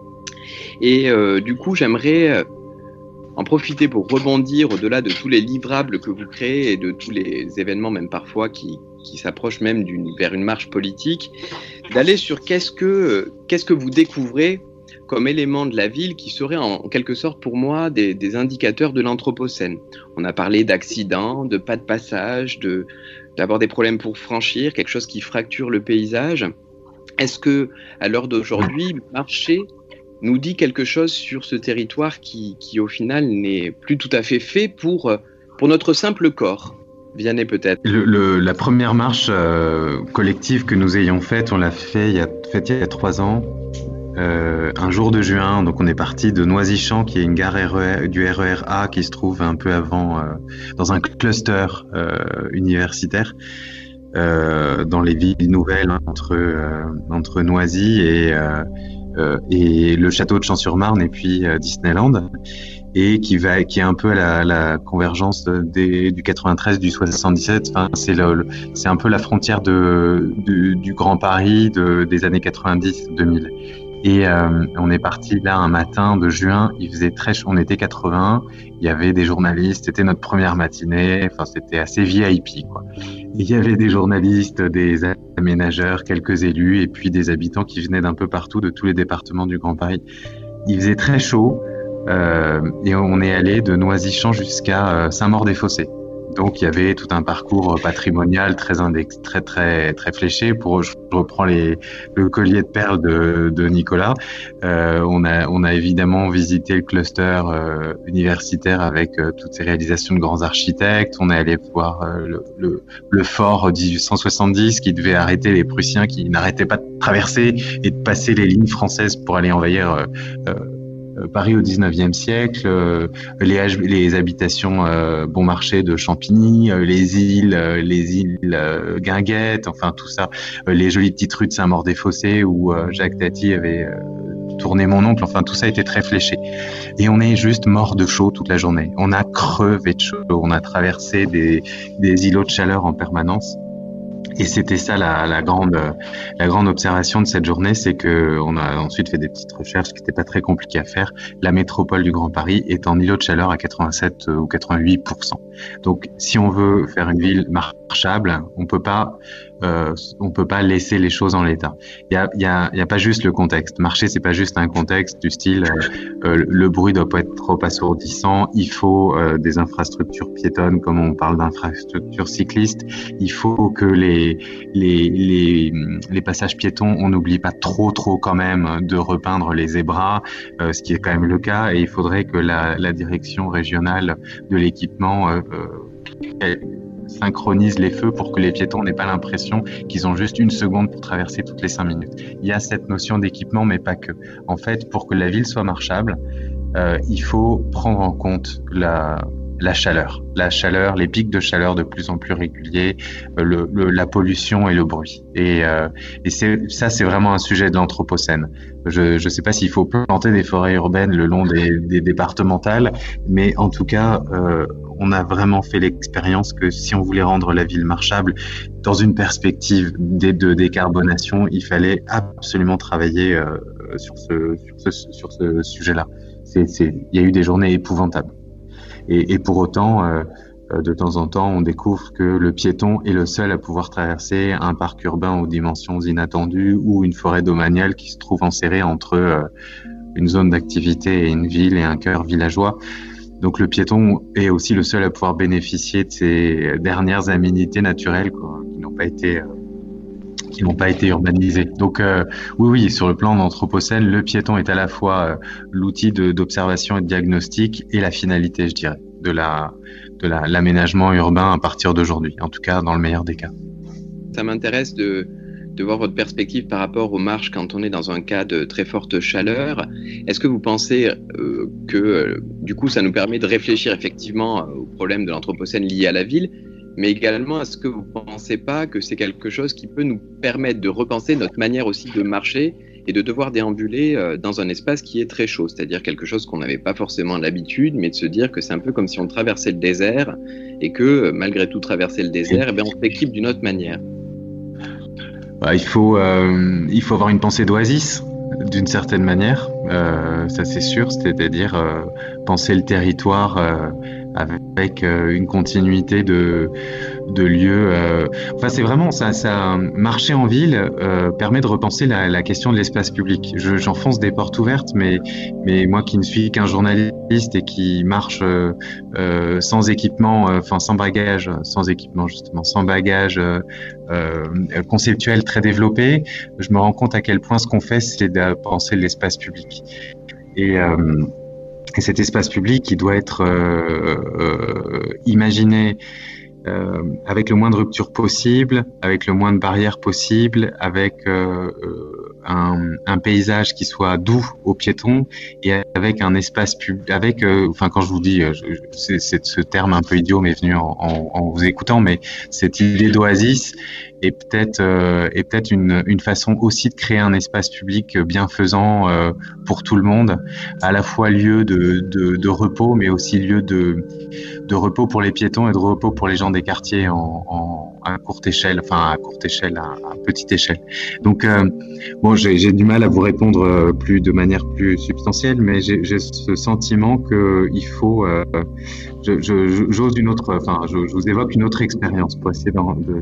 Et euh, du coup, j'aimerais en profiter pour rebondir au-delà de tous les livrables que vous créez et de tous les événements, même parfois, qui, qui s'approchent même d'une, vers une marche politique, d'aller sur qu'est-ce que, qu'est-ce que vous découvrez comme éléments de la ville qui seraient en, en quelque sorte pour moi des, des indicateurs de l'anthropocène. On a parlé d'accidents, de pas de passage, de, d'avoir des problèmes pour franchir, quelque chose qui fracture le paysage. Est-ce que, à l'heure d'aujourd'hui, marcher nous dit quelque chose sur ce territoire qui, qui au final, n'est plus tout à fait fait pour, pour notre simple corps? Vianney, peut-être. Le, le, la première marche euh, collective que nous ayons faite, on l'a fait il y a, fait il y a trois ans, euh, un jour de juin. Donc on est parti de Noisy-Champs, qui est une gare R E R, du R E R A qui se trouve un peu avant, euh, dans un cluster euh, universitaire. Euh, dans les villes nouvelles entre euh, entre Noisy et euh, euh, et le château de Champs-sur-Marne et puis euh, Disneyland, et qui va qui est un peu à la, la convergence des du quatre-vingt-treize, du soixante-dix-sept. Enfin, c'est le, c'est un peu la frontière de du, du Grand Paris de des années quatre-vingt-dix deux mille. Et euh, on est parti là un matin de juin, il faisait très chaud, on était quatre-vingts, il y avait des journalistes, c'était notre première matinée, enfin c'était assez V I P quoi. Et il y avait des journalistes, des aménageurs, quelques élus et puis des habitants qui venaient d'un peu partout, de tous les départements du Grand Paris. Il faisait très chaud euh, et on est allé de Noisy-Champs jusqu'à Saint-Maur-des-Fossés. Donc il y avait tout un parcours patrimonial très index, très très très fléché. Pour je reprends les le collier de perles de, de Nicolas. Euh, on a on a évidemment visité le cluster euh, universitaire avec euh, toutes ces réalisations de grands architectes. On est allé voir euh, le, le le fort dix-huit cent soixante-dix qui devait arrêter les Prussiens qui n'arrêtaient pas de traverser et de passer les lignes françaises pour aller envahir euh, euh, Paris au dix-neuvième siècle, euh, les, les habitations euh, bon marché de Champigny, euh, les îles, euh, les îles euh, Guinguettes, enfin tout ça, euh, les jolies petites rues de Saint-Maur-des-Fossés où euh, Jacques Tati avait euh, tourné mon oncle, enfin tout ça était très fléché. Et on est juste mort de chaud toute la journée. On a crevé de chaud, on a traversé des, des îlots de chaleur en permanence. Et c'était ça la, la grande, la grande observation de cette journée, c'est que on a ensuite fait des petites recherches qui n'étaient pas très compliquées à faire. La métropole du Grand Paris est en îlot de chaleur à quatre-vingt-sept ou quatre-vingt-huit pour cent. Donc, si on veut faire une ville marchable, on peut pas, euh, on peut pas laisser les choses en l'état. Il y a, il y a, il y a pas juste le contexte. Marcher, c'est pas juste un contexte du style, euh, euh, le bruit doit pas être trop assourdissant. Il faut euh, des infrastructures piétonnes, comme on parle d'infrastructures cyclistes. Il faut que les Les, les, les passages piétons, on n'oublie pas trop, trop quand même de repeindre les zébras, euh, ce qui est quand même le cas. Et il faudrait que la, la direction régionale de l'équipement euh, euh, synchronise les feux pour que les piétons n'aient pas l'impression qu'ils ont juste une seconde pour traverser toutes les cinq minutes. Il y a cette notion d'équipement, mais pas que. En fait, pour que la ville soit marchable, euh, il faut prendre en compte la... la chaleur, la chaleur, les pics de chaleur de plus en plus réguliers, le, le, la pollution et le bruit. Et, euh, et c'est, ça, c'est vraiment un sujet de l'anthropocène. Je ne sais pas s'il faut planter des forêts urbaines le long des, des départementales, mais en tout cas, euh, on a vraiment fait l'expérience que si on voulait rendre la ville marchable, dans une perspective de, de décarbonation, il fallait absolument travailler euh, sur ce, sur ce, sur ce sujet-là. C'est, c'est, il y a eu des journées épouvantables. Et, et pour autant, euh, de temps en temps, on découvre que le piéton est le seul à pouvoir traverser un parc urbain aux dimensions inattendues ou une forêt domaniale qui se trouve enserrée entre euh, une zone d'activité et une ville et un cœur villageois. Donc le piéton est aussi le seul à pouvoir bénéficier de ces dernières aménités naturelles quoi, qui n'ont pas été... Euh, qui n'ont pas été urbanisés. Donc euh, oui, oui, sur le plan d'anthropocène, le piéton est à la fois euh, l'outil de, d'observation et de diagnostic et la finalité, je dirais, de la de la, l'aménagement urbain à partir d'aujourd'hui, en tout cas dans le meilleur des cas. Ça m'intéresse de de voir votre perspective par rapport aux marches quand on est dans un cas de très forte chaleur. Est-ce que vous pensez euh, que euh, du coup ça nous permet de réfléchir effectivement euh, au problème de l'anthropocène lié à la ville, mais également est-ce que vous ne pensez pas que c'est quelque chose qui peut nous permettre de repenser notre manière aussi de marcher et de devoir déambuler euh, dans un espace qui est très chaud, c'est-à-dire quelque chose qu'on n'avait pas forcément l'habitude, mais de se dire que c'est un peu comme si on traversait le désert et que euh, malgré tout traverser le désert, eh bien, on s'équipe d'une autre manière. Bah, il faut, euh, il faut avoir une pensée d'oasis, d'une certaine manière, euh, ça c'est sûr, c'est-à-dire euh, penser le territoire euh, avec euh, une continuité de, de lieux. Euh, enfin, c'est vraiment ça, ça. Marcher en ville euh, permet de repenser la, la question de l'espace public. Je, j'enfonce des portes ouvertes, mais, mais moi qui ne suis qu'un journaliste et qui marche euh, euh, sans équipement, enfin euh, sans bagage, sans équipement justement, sans bagage euh, euh, conceptuel très développé, je me rends compte à quel point ce qu'on fait, c'est de penser l'espace public. Et euh, Et cet espace public, qui doit être euh, euh, imaginé euh, avec le moins de ruptures possible, avec le moins de barrières possible, avec euh, un, un paysage qui soit doux aux piétons et avec un espace public. Avec, euh, enfin, quand je vous dis, je, c'est, c'est ce terme un peu idiot m'est venu en, en, en vous écoutant, mais cette idée d'oasis est peut-être euh, est peut-être une, une façon aussi de créer un espace public bienfaisant euh, pour tout le monde, à la fois lieu de, de, de repos, mais aussi lieu de, de repos pour les piétons et de repos pour les gens des quartiers en, en à courte échelle, enfin à courte échelle, à, à petite échelle. Donc euh, bon, j'ai, j'ai du mal à vous répondre plus de manière plus substantielle, mais j'ai, j'ai ce sentiment que il faut, euh, je, je, j'ose une autre, enfin, je, je vous évoque une autre expérience pour essayer de, de,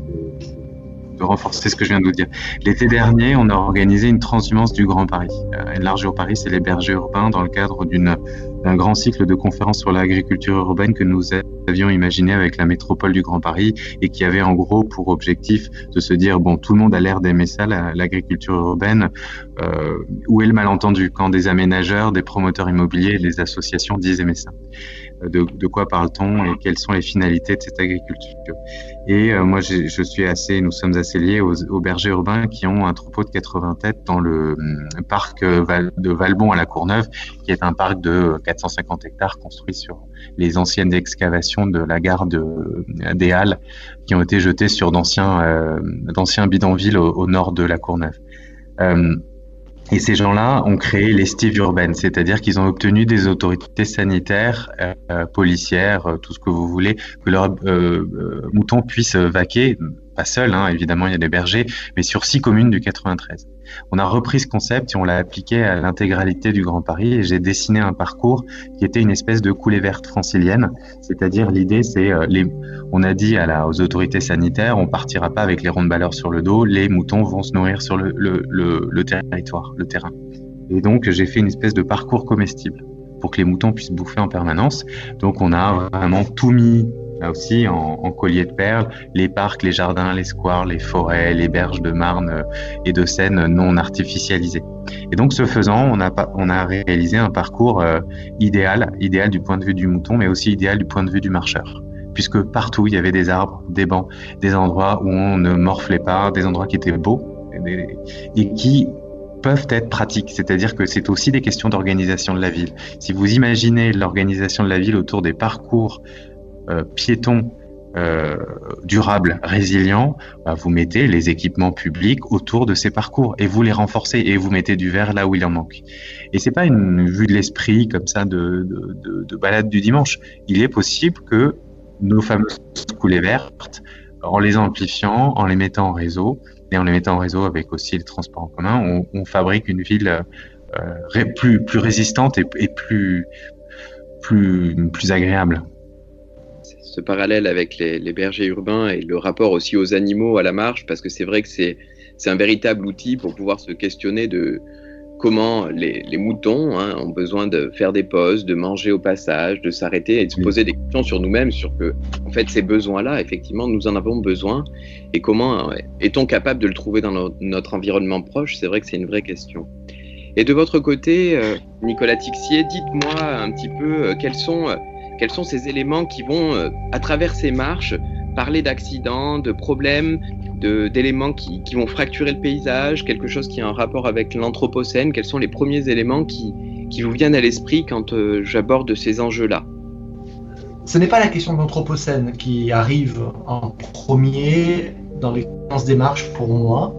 de renforcer ce que je viens de vous dire. L'été dernier, on a organisé une transhumance du Grand Paris. Euh, Enlargir au Paris, c'est les bergers urbains dans le cadre d'une, d'un grand cycle de conférences sur l'agriculture urbaine que nous avions imaginé avec la métropole du Grand Paris et qui avait en gros pour objectif de se dire, bon, tout le monde a l'air d'aimer ça, la, l'agriculture urbaine. Euh, où est le malentendu quand des aménageurs, des promoteurs immobiliers et des associations disent aimer ça? De, de quoi parle-t-on et quelles sont les finalités de cette agriculture? Et euh, moi, j'ai, je suis assez, nous sommes assez liés aux, aux bergers urbains qui ont un troupeau de quatre-vingts têtes dans le euh, parc Val, de Valbon à la Courneuve, qui est un parc de quatre cent cinquante hectares construit sur les anciennes excavations de la gare de, des Halles, qui ont été jetées sur d'anciens, euh, d'anciens bidonvilles au, au nord de la Courneuve. Euh, Et ces gens-là ont créé l'estive urbaine, c'est-à-dire qu'ils ont obtenu des autorités sanitaires, euh, policières, euh, tout ce que vous voulez, que leurs euh, euh, moutons puissent vaquer, pas seuls, hein, évidemment, il y a des bergers, mais sur six communes du quatre-vingt-treize. On a repris ce concept et on l'a appliqué à l'intégralité du Grand Paris et j'ai dessiné un parcours qui était une espèce de coulée verte francilienne, c'est-à-dire l'idée c'est, euh, les, on a dit à la, aux autorités sanitaires, on partira pas avec les rondes-balleurs sur le dos, les moutons vont se nourrir sur le, le, le, le territoire, le terrain. Et donc j'ai fait une espèce de parcours comestible pour que les moutons puissent bouffer en permanence. Donc on a vraiment tout mis là aussi en, en collier de perles, les parcs, les jardins, les squares, les forêts, les berges de Marne et de Seine non artificialisées. Et donc ce faisant, on a, on a réalisé un parcours euh, idéal, idéal du point de vue du mouton, mais aussi idéal du point de vue du marcheur. Puisque partout, il y avait des arbres, des bancs, des endroits où on ne morflait pas, des endroits qui étaient beaux et, et qui peuvent être pratiques. C'est-à-dire que c'est aussi des questions d'organisation de la ville. Si vous imaginez l'organisation de la ville autour des parcours Euh, piétons euh, durables, résilients, bah, vous mettez les équipements publics autour de ces parcours et vous les renforcez et vous mettez du vert là où il en manque. Et c'est pas une vue de l'esprit comme ça de, de, de, de balade du dimanche. Il est possible que nos fameuses coulées vertes, en les amplifiant, en les mettant en réseau et en les mettant en réseau avec aussi les transports en commun, on, on fabrique une ville euh, plus, plus résistante et, et plus, plus, plus agréable. Ce parallèle avec les, les bergers urbains et le rapport aussi aux animaux à la marche, parce que c'est vrai que c'est, c'est un véritable outil pour pouvoir se questionner de comment les, les moutons hein, ont besoin de faire des pauses, de manger au passage, de s'arrêter et de se poser des questions sur nous-mêmes, sur que en fait ces besoins-là, effectivement, nous en avons besoin et comment est-on capable de le trouver dans no- notre environnement proche? C'est vrai que c'est une vraie question. Et de votre côté, euh, Nicolas Tixier, dites-moi un petit peu euh, quels sont... Euh, Quels sont ces éléments qui vont, euh, à travers ces marches, parler d'accidents, de problèmes, de, d'éléments qui, qui vont fracturer le paysage, quelque chose qui a un rapport avec l'Anthropocène? Quels sont les premiers éléments qui, qui vous viennent à l'esprit quand euh, j'aborde ces enjeux-là? Ce n'est pas la question de l'Anthropocène qui arrive en premier dans les démarches pour moi,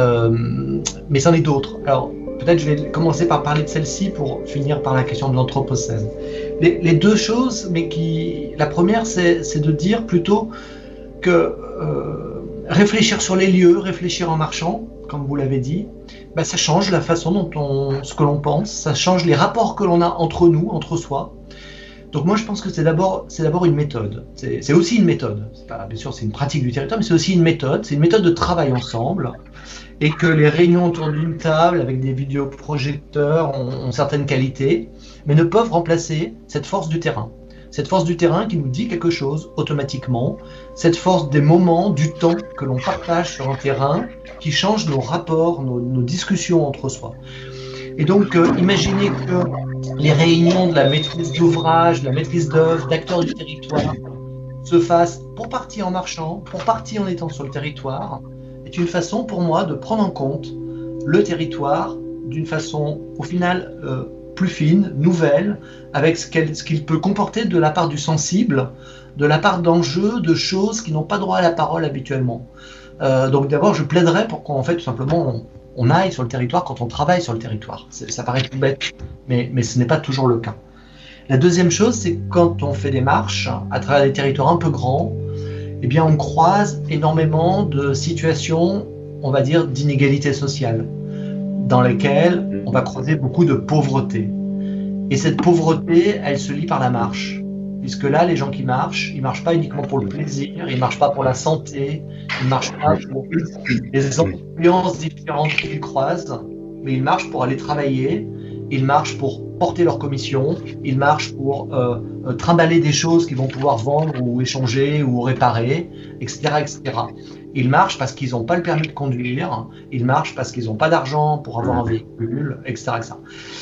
euh, mais c'en est d'autres. Alors, peut-être je vais commencer par parler de celle-ci pour finir par la question de l'Anthropocène. Les, les deux choses, mais qui... La première, c'est, c'est de dire plutôt que euh, réfléchir sur les lieux, réfléchir en marchant, comme vous l'avez dit, bah, ça change la façon dont on... ce que l'on pense, ça change les rapports que l'on a entre nous, entre soi. Donc moi je pense que c'est d'abord, c'est d'abord une méthode, c'est, c'est aussi une méthode, c'est pas, bien sûr c'est une pratique du territoire, mais c'est aussi une méthode, c'est une méthode de travail ensemble, et que les réunions autour d'une table avec des vidéoprojecteurs ont, ont certaines qualités, mais ne peuvent remplacer cette force du terrain. Cette force du terrain qui nous dit quelque chose automatiquement, cette force des moments, du temps que l'on partage sur un terrain, qui change nos rapports, nos, nos discussions entre soi. Et donc, euh, imaginez que les réunions de la maîtrise d'ouvrage, de la maîtrise d'œuvre, d'acteurs du territoire se fassent pour partie en marchant, pour partie en étant sur le territoire, est une façon pour moi de prendre en compte le territoire d'une façon, au final, euh, plus fine, nouvelle, avec ce, qu'elle, ce qu'il peut comporter de la part du sensible, de la part d'enjeux, de choses qui n'ont pas droit à la parole habituellement. Euh, donc d'abord, je plaiderais pour qu'en fait, tout simplement, on, on aille sur le territoire quand on travaille sur le territoire. C'est, ça paraît tout bête, mais, mais ce n'est pas toujours le cas. La deuxième chose, c'est que quand on fait des marches à travers des territoires un peu grands, eh bien, on croise énormément de situations, on va dire, d'inégalité sociale, dans lesquelles on va croiser beaucoup de pauvreté. Et cette pauvreté, elle se lie par la marche. Puisque là, les gens qui marchent, ils ne marchent pas uniquement pour le plaisir, ils ne marchent pas pour la santé, ils ne marchent pas pour les ambiances différentes qu'ils croisent, mais ils marchent pour aller travailler, ils marchent pour porter leur commission, ils marchent pour euh, euh, trimballer des choses qu'ils vont pouvoir vendre ou échanger ou réparer, et cetera, et cetera. Ils marchent parce qu'ils n'ont pas le permis de conduire, ils marchent parce qu'ils n'ont pas d'argent pour avoir un véhicule, et cetera, et cetera.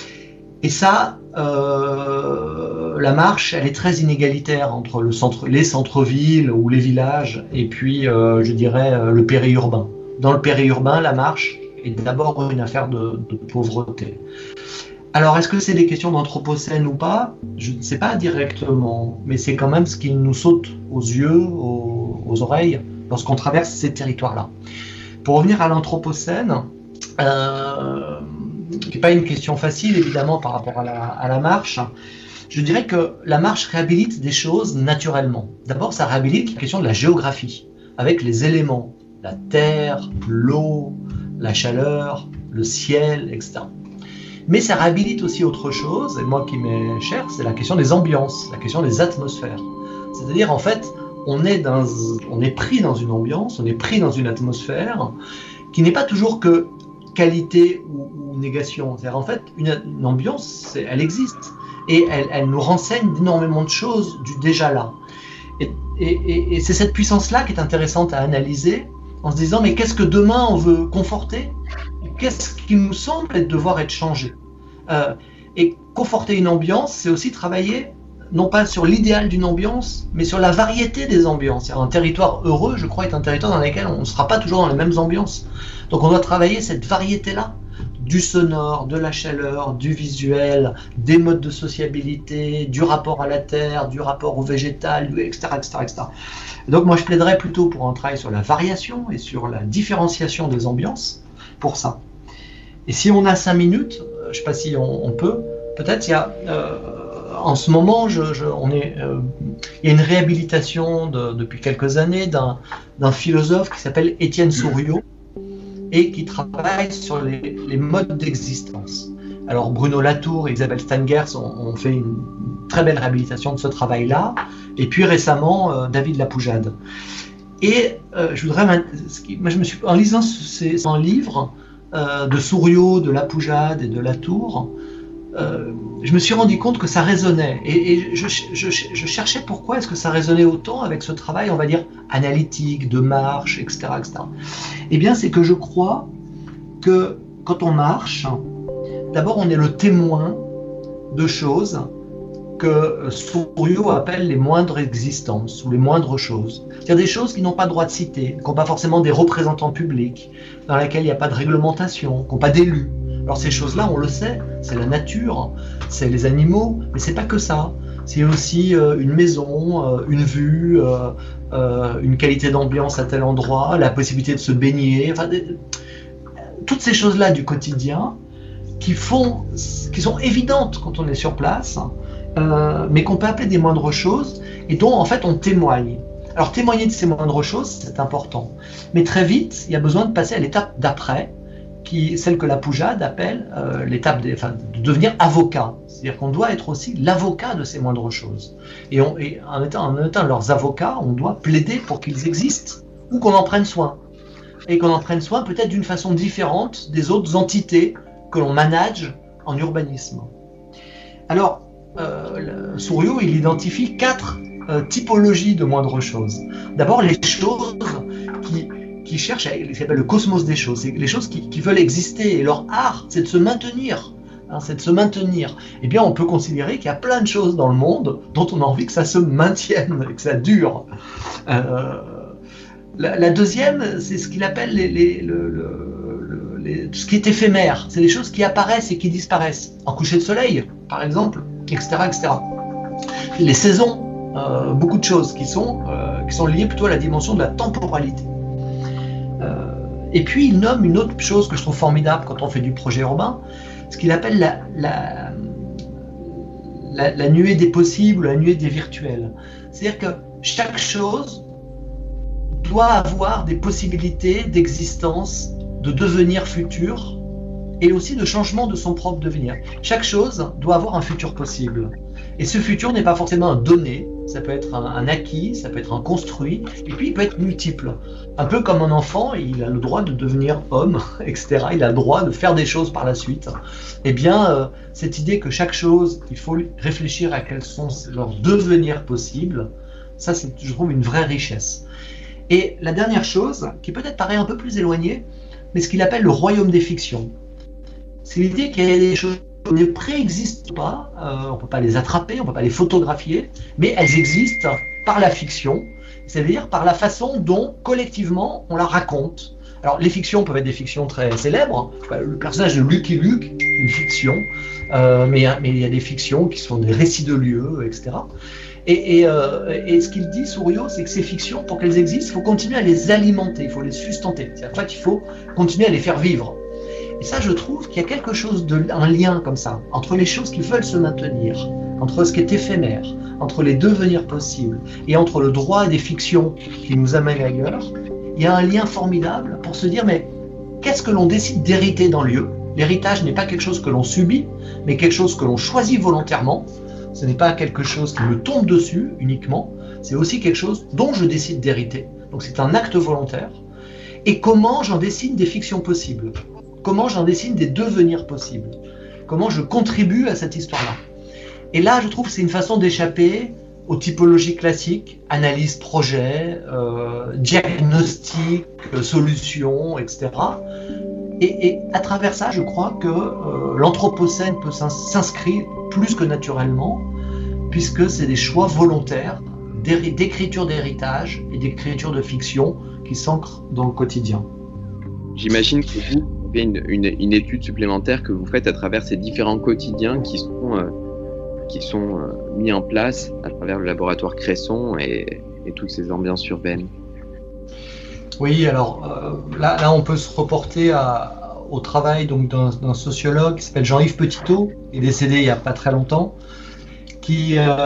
Et ça, euh, la marche, elle est très inégalitaire entre le centre, les centres-villes ou les villages et puis, euh, je dirais, euh, le périurbain. Dans le périurbain, la marche est d'abord une affaire de, de pauvreté. Alors, est-ce que c'est des questions d'anthropocène ou pas? Je ne sais pas directement, mais c'est quand même ce qui nous saute aux yeux, aux, aux oreilles, lorsqu'on traverse ces territoires-là. Pour revenir à l'anthropocène, euh, qui n'est pas une question facile, évidemment, par rapport à la, à la marche, je dirais que la marche réhabilite des choses naturellement. D'abord, ça réhabilite la question de la géographie, avec les éléments, la terre, l'eau, la chaleur, le ciel, et cetera. Mais ça réhabilite aussi autre chose, et moi qui m'est cher, c'est la question des ambiances, la question des atmosphères. C'est-à-dire, en fait, on est, dans, on est pris dans une ambiance, on est pris dans une atmosphère qui n'est pas toujours que qualité ou, ou négation. C'est-à-dire, en fait, une, une ambiance, elle existe, et elle, elle nous renseigne d'énormément de choses du déjà là. Et, et, et, et c'est cette puissance-là qui est intéressante à analyser, en se disant, mais qu'est-ce que demain on veut conforter? Qu'est-ce qui nous semble devoir être changé? euh, Et conforter une ambiance, c'est aussi travailler, non pas sur l'idéal d'une ambiance, mais sur la variété des ambiances. Un territoire heureux, je crois, est un territoire dans lequel on ne sera pas toujours dans les mêmes ambiances. Donc on doit travailler cette variété-là, du sonore, de la chaleur, du visuel, des modes de sociabilité, du rapport à la terre, du rapport au végétal, et cetera, et cetera, et cetera. Donc moi je plaiderais plutôt pour un travail sur la variation et sur la différenciation des ambiances, pour ça. Et si on a cinq minutes, je ne sais pas si on, on peut, peut-être il y a, euh, en ce moment, je, je, on est, euh, il y a une réhabilitation de, depuis quelques années d'un, d'un philosophe qui s'appelle Étienne Souriau et qui travaille sur les, les modes d'existence. Alors Bruno Latour et Isabelle Stengers ont, ont fait une très belle réhabilitation de ce travail-là, et puis récemment euh, David Lapoujade. Et euh, je voudrais, moi je me suis, en lisant ces, ces livres euh, de Souriau, de Lapoujade et de Latour, euh, je me suis rendu compte que ça résonnait. Et, et je, je, je cherchais pourquoi est-ce que ça résonnait autant avec ce travail, on va dire, analytique, de marche, et cetera, et cetera. Eh bien, c'est que je crois que quand on marche, d'abord on est le témoin de choses que Souriau appelle les moindres existences ou les moindres choses. C'est-à-dire des choses qui n'ont pas droit de citer, qui n'ont pas forcément des représentants publics, dans lesquelles il n'y a pas de réglementation, qui n'ont pas d'élus. Alors ces choses-là, on le sait, c'est la nature, c'est les animaux, mais c'est pas que ça. C'est aussi euh, une maison, euh, une vue, euh, euh, une qualité d'ambiance à tel endroit, la possibilité de se baigner, enfin, des, toutes ces choses-là du quotidien qui font, qui sont évidentes quand on est sur place, euh, mais qu'on peut appeler des moindres choses et dont en fait on témoigne. Alors témoigner de ces moindres choses, c'est important, mais très vite, il y a besoin de passer à l'étape d'après, qui celle que la Poujade appelle euh, l'étape de, enfin, de devenir avocat. C'est-à-dire qu'on doit être aussi l'avocat de ces moindres choses. Et, on, et en, étant, en étant leurs avocats, on doit plaider pour qu'ils existent ou qu'on en prenne soin. Et qu'on en prenne soin peut-être d'une façon différente des autres entités que l'on manage en urbanisme. Alors, euh, Souriau, il identifie quatre euh, typologies de moindres choses. D'abord, les choses qui... qui cherchent, à, qui s'appelle le cosmos des choses, c'est les choses qui, qui veulent exister, et leur art, c'est de se maintenir, hein, c'est de se maintenir. Eh bien, on peut considérer qu'il y a plein de choses dans le monde dont on a envie que ça se maintienne, que ça dure. Euh, la, la deuxième, c'est ce qu'il appelle les, les, le, le, les, ce qui est éphémère, c'est les choses qui apparaissent et qui disparaissent. Un coucher de soleil, par exemple, et cetera, et cetera. Les saisons, euh, beaucoup de choses qui sont, euh, qui sont liées plutôt à la dimension de la temporalité. Et puis il nomme une autre chose que je trouve formidable quand on fait du projet urbain, ce qu'il appelle la, la, la, la nuée des possibles, la nuée des virtuels. C'est-à-dire que chaque chose doit avoir des possibilités d'existence, de devenir futur, et aussi de changement de son propre devenir. Chaque chose doit avoir un futur possible. Et ce futur n'est pas forcément un donné, ça peut être un, un acquis, ça peut être un construit, et puis il peut être multiple. Un peu comme un enfant, il a le droit de devenir homme, et cetera. Il a le droit de faire des choses par la suite. Eh bien, euh, cette idée que chaque chose, il faut réfléchir à quels sont leurs devenirs possibles, ça c'est, je trouve, une vraie richesse. Et la dernière chose, qui peut-être paraît un peu plus éloignée, mais ce qu'il appelle le royaume des fictions. C'est l'idée qu'il y a des choses qui ne préexistent pas, euh, on ne peut pas les attraper, on ne peut pas les photographier, mais elles existent par la fiction, c'est-à-dire par la façon dont, collectivement, on la raconte. Alors, les fictions peuvent être des fictions très célèbres. Le personnage de Lucky Luke, une fiction, euh, mais, mais il y a des fictions qui sont des récits de lieux, et cetera. Et, et, euh, et ce qu'il dit, Souriau, c'est que ces fictions, pour qu'elles existent, il faut continuer à les alimenter, il faut les sustenter. C'est-à-dire, en fait, il faut continuer à les faire vivre. Et ça, je trouve qu'il y a quelque chose de, un lien comme ça, entre les choses qui veulent se maintenir, entre ce qui est éphémère, entre les devenirs possibles, et entre le droit des fictions qui nous amènent ailleurs. Il y a un lien formidable pour se dire, mais qu'est-ce que l'on décide d'hériter dans le lieu? L'héritage n'est pas quelque chose que l'on subit, mais quelque chose que l'on choisit volontairement. Ce n'est pas quelque chose qui me tombe dessus uniquement, c'est aussi quelque chose dont je décide d'hériter. Donc c'est un acte volontaire. Et comment j'en dessine des fictions possibles? Comment j'en dessine des devenirs possibles? Comment je contribue à cette histoire-là? Et là, je trouve que c'est une façon d'échapper aux typologies classiques, analyse, projet, euh, diagnostic, euh, solution, et cetera. Et, et à travers ça, je crois que euh, l'anthropocène peut s'inscrire plus que naturellement, puisque c'est des choix volontaires d'écriture d'héritage et d'écriture de fiction qui s'ancrent dans le quotidien. J'imagine que vous avez une, une, une étude supplémentaire que vous faites à travers ces différents quotidiens qui sont, euh, qui sont euh, mis en place à travers le laboratoire Cresson et, et toutes ces ambiances urbaines. Oui, alors euh, là, là, on peut se reporter à, au travail donc, d'un, d'un sociologue qui s'appelle Jean-Yves Petitot, qui est décédé il n'y a pas très longtemps, qui euh,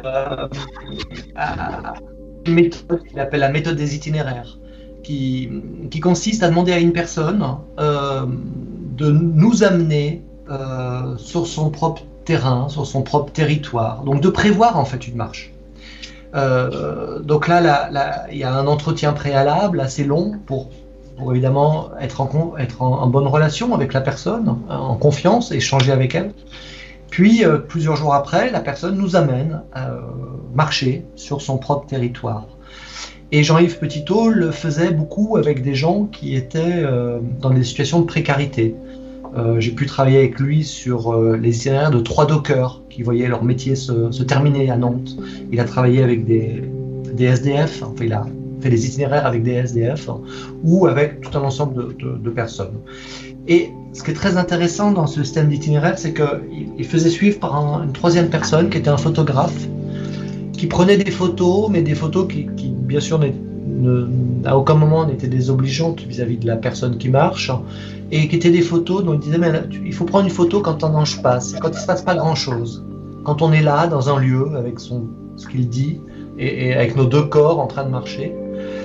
a une méthode qu'il appelle la méthode des itinéraires, qui, qui consiste à demander à une personne euh, de nous amener euh, sur son propre terrain, sur son propre territoire, donc de prévoir en fait une marche. Euh, donc là, là, là, il y a un entretien préalable assez long pour, pour évidemment être, en, être en, en bonne relation avec la personne, en confiance, échanger avec elle. Puis, euh, plusieurs jours après, la personne nous amène à euh, marcher sur son propre territoire. Et Jean-Yves Petitot le faisait beaucoup avec des gens qui étaient euh, dans des situations de précarité. Euh, j'ai pu travailler avec lui sur euh, les itinéraires de trois dockers qui voyaient leur métier se, se terminer à Nantes. Il a travaillé avec des, des S D F, enfin, il a fait des itinéraires avec des S D F hein, ou avec tout un ensemble de, de, de personnes. Et ce qui est très intéressant dans ce système d'itinéraire, c'est qu'il faisait suivre par un, une troisième personne qui était un photographe qui prenait des photos, mais des photos qui, qui bien sûr, ne, à aucun moment n'étaient désobligeantes vis-à-vis de la personne qui marche, et qui étaient des photos dont il disait mais là, tu, il faut prendre une photo quand un ange passe, quand il ne se passe pas grand-chose, quand on est là, dans un lieu, avec son, ce qu'il dit, et, et avec nos deux corps en train de marcher.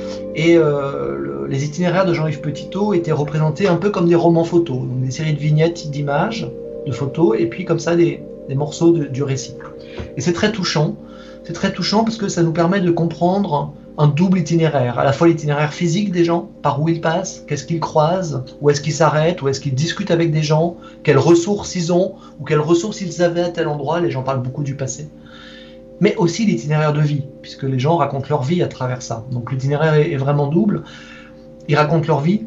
Et euh, le, les itinéraires de Jean-Yves Petitot étaient représentés un peu comme des romans photos, donc des séries de vignettes, d'images, de photos, et puis comme ça des, des morceaux de, du récit. Et c'est très touchant. C'est très touchant parce que ça nous permet de comprendre un double itinéraire, à la fois l'itinéraire physique des gens, par où ils passent, qu'est-ce qu'ils croisent, où est-ce qu'ils s'arrêtent, où est-ce qu'ils discutent avec des gens, quelles ressources ils ont, ou quelles ressources ils avaient à tel endroit, les gens parlent beaucoup du passé. Mais aussi l'itinéraire de vie, puisque les gens racontent leur vie à travers ça. Donc l'itinéraire est, est vraiment double, ils racontent leur vie,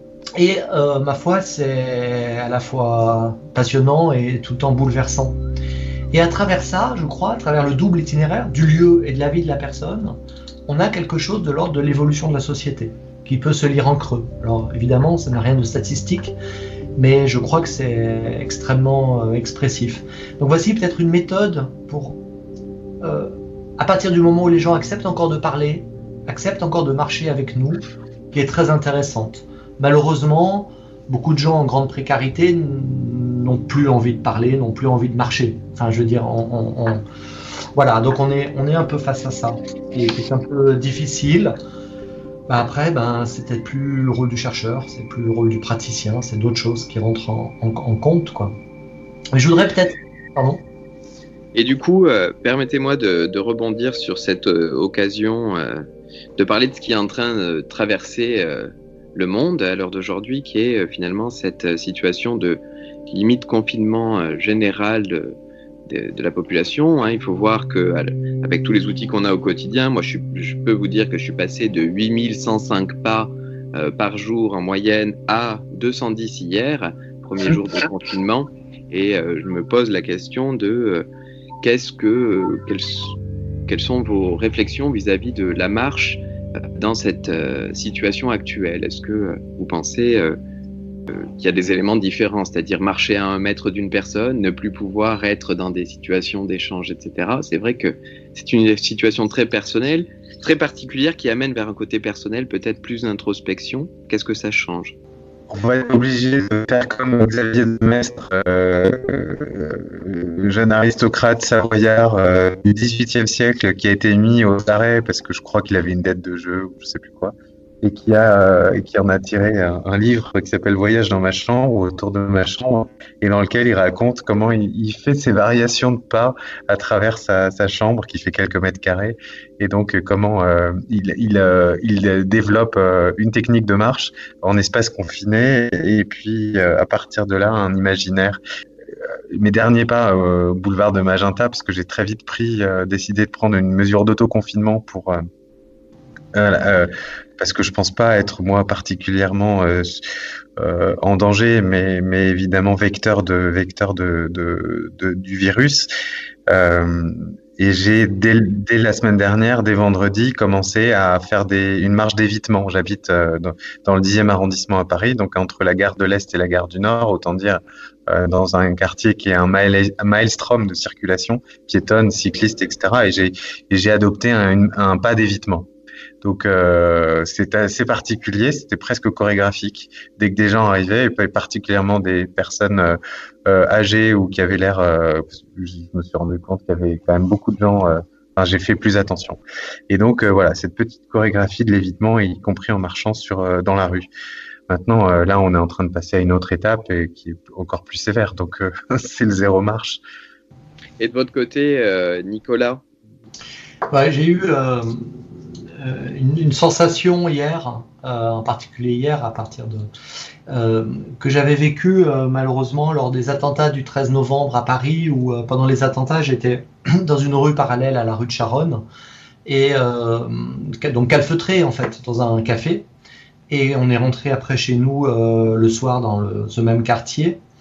et euh, ma foi, c'est à la fois passionnant et tout le temps bouleversant. Et à travers ça, je crois, à travers le double itinéraire, du lieu et de la vie de la personne, on a quelque chose de l'ordre de l'évolution de la société, qui peut se lire en creux. Alors évidemment, ça n'a rien de statistique, mais je crois que c'est extrêmement euh, expressif. Donc voici peut-être une méthode pour, euh, à partir du moment où les gens acceptent encore de parler, acceptent encore de marcher avec nous, qui est très intéressante. Malheureusement, beaucoup de gens en grande précarité n'ont plus envie de parler, n'ont plus envie de marcher. Enfin, je veux dire, on, on, on... voilà, donc on est, on est un peu face à ça, et c'est un peu difficile. Ben après, ben, c'est peut-être plus le rôle du chercheur, c'est plus le rôle du praticien, c'est d'autres choses qui rentrent en, en, en compte, quoi. Mais je voudrais peut-être... Pardon ? Et du coup, euh, permettez-moi de, de rebondir sur cette euh, occasion euh, de parler de ce qui est en train de traverser euh, le monde à l'heure d'aujourd'hui, qui est euh, finalement cette euh, situation de limite confinement euh, général de, de, de la population. Hein. Il faut voir que avec tous les outils qu'on a au quotidien, moi je, suis, je peux vous dire que je suis passé de huit mille cent cinq pas euh, par jour en moyenne à deux cent dix hier, premier jour de confinement, et euh, je me pose la question de euh, qu'est-ce que, euh, quelles, quelles sont vos réflexions vis-à-vis de la marche euh, dans cette euh, situation actuelle. Est-ce que euh, vous pensez euh, qu'il y a des éléments différents, c'est-à-dire marcher à un mètre d'une personne, ne plus pouvoir être dans des situations d'échange, et cetera. C'est vrai que c'est une situation très personnelle, très particulière, qui amène vers un côté personnel, peut-être plus d'introspection. Qu'est-ce que ça change ? On va être obligé de faire comme Xavier de Maistre, euh, euh, jeune aristocrate savoyard euh, du dix-huitième siècle, qui a été mis au arrêt parce que je crois qu'il avait une dette de jeu ou je sais plus quoi, et qui a euh, et qui en a tiré un, un livre qui s'appelle Voyage dans ma chambre, ou Autour de ma chambre, et dans lequel il raconte comment il, il fait ses variations de pas à travers sa, sa chambre qui fait quelques mètres carrés, et donc comment euh, il il, euh, il développe euh, une technique de marche en espace confiné, et puis euh, à partir de là un imaginaire. Mes derniers pas au euh, boulevard de Magenta, parce que j'ai très vite pris euh, décidé de prendre une mesure d'autoconfinement pour euh, euh, euh, parce que je pense pas être moi particulièrement euh, euh, en danger, mais, mais évidemment vecteur de vecteur de, de, de du virus. Euh, et j'ai dès, dès la semaine dernière, dès vendredi, commencé à faire des, une marche d'évitement. J'habite euh, dans, dans le dixième arrondissement à Paris, donc entre la gare de l'Est et la gare du Nord, autant dire euh, dans un quartier qui est un, mael, un maelstrom de circulation, piétonne, cycliste, et cetera. Et j'ai, et j'ai adopté un, un pas d'évitement. Donc euh, c'était assez particulier, c'était presque chorégraphique. Dès que des gens arrivaient, et particulièrement des personnes euh, euh, âgées ou qui avaient l'air, euh, je me suis rendu compte qu'il y avait quand même beaucoup de gens. Euh, enfin, j'ai fait plus attention. Et donc euh, voilà, cette petite chorégraphie de l'évitement, y compris en marchant sur euh, dans la rue. Maintenant, euh, là, on est en train de passer à une autre étape et qui est encore plus sévère. Donc euh, c'est le zéro marche. Et de votre côté, euh, Nicolas ? Ouais, j'ai eu euh... Une, une sensation hier, euh, en particulier hier, à partir de euh, que j'avais vécu euh, malheureusement lors des attentats du treize novembre à Paris, où euh, pendant les attentats j'étais dans une rue parallèle à la rue de Charonne, et euh, donc calfeutré en fait dans un café, et on est rentré après chez nous euh, le soir dans le, ce même quartier,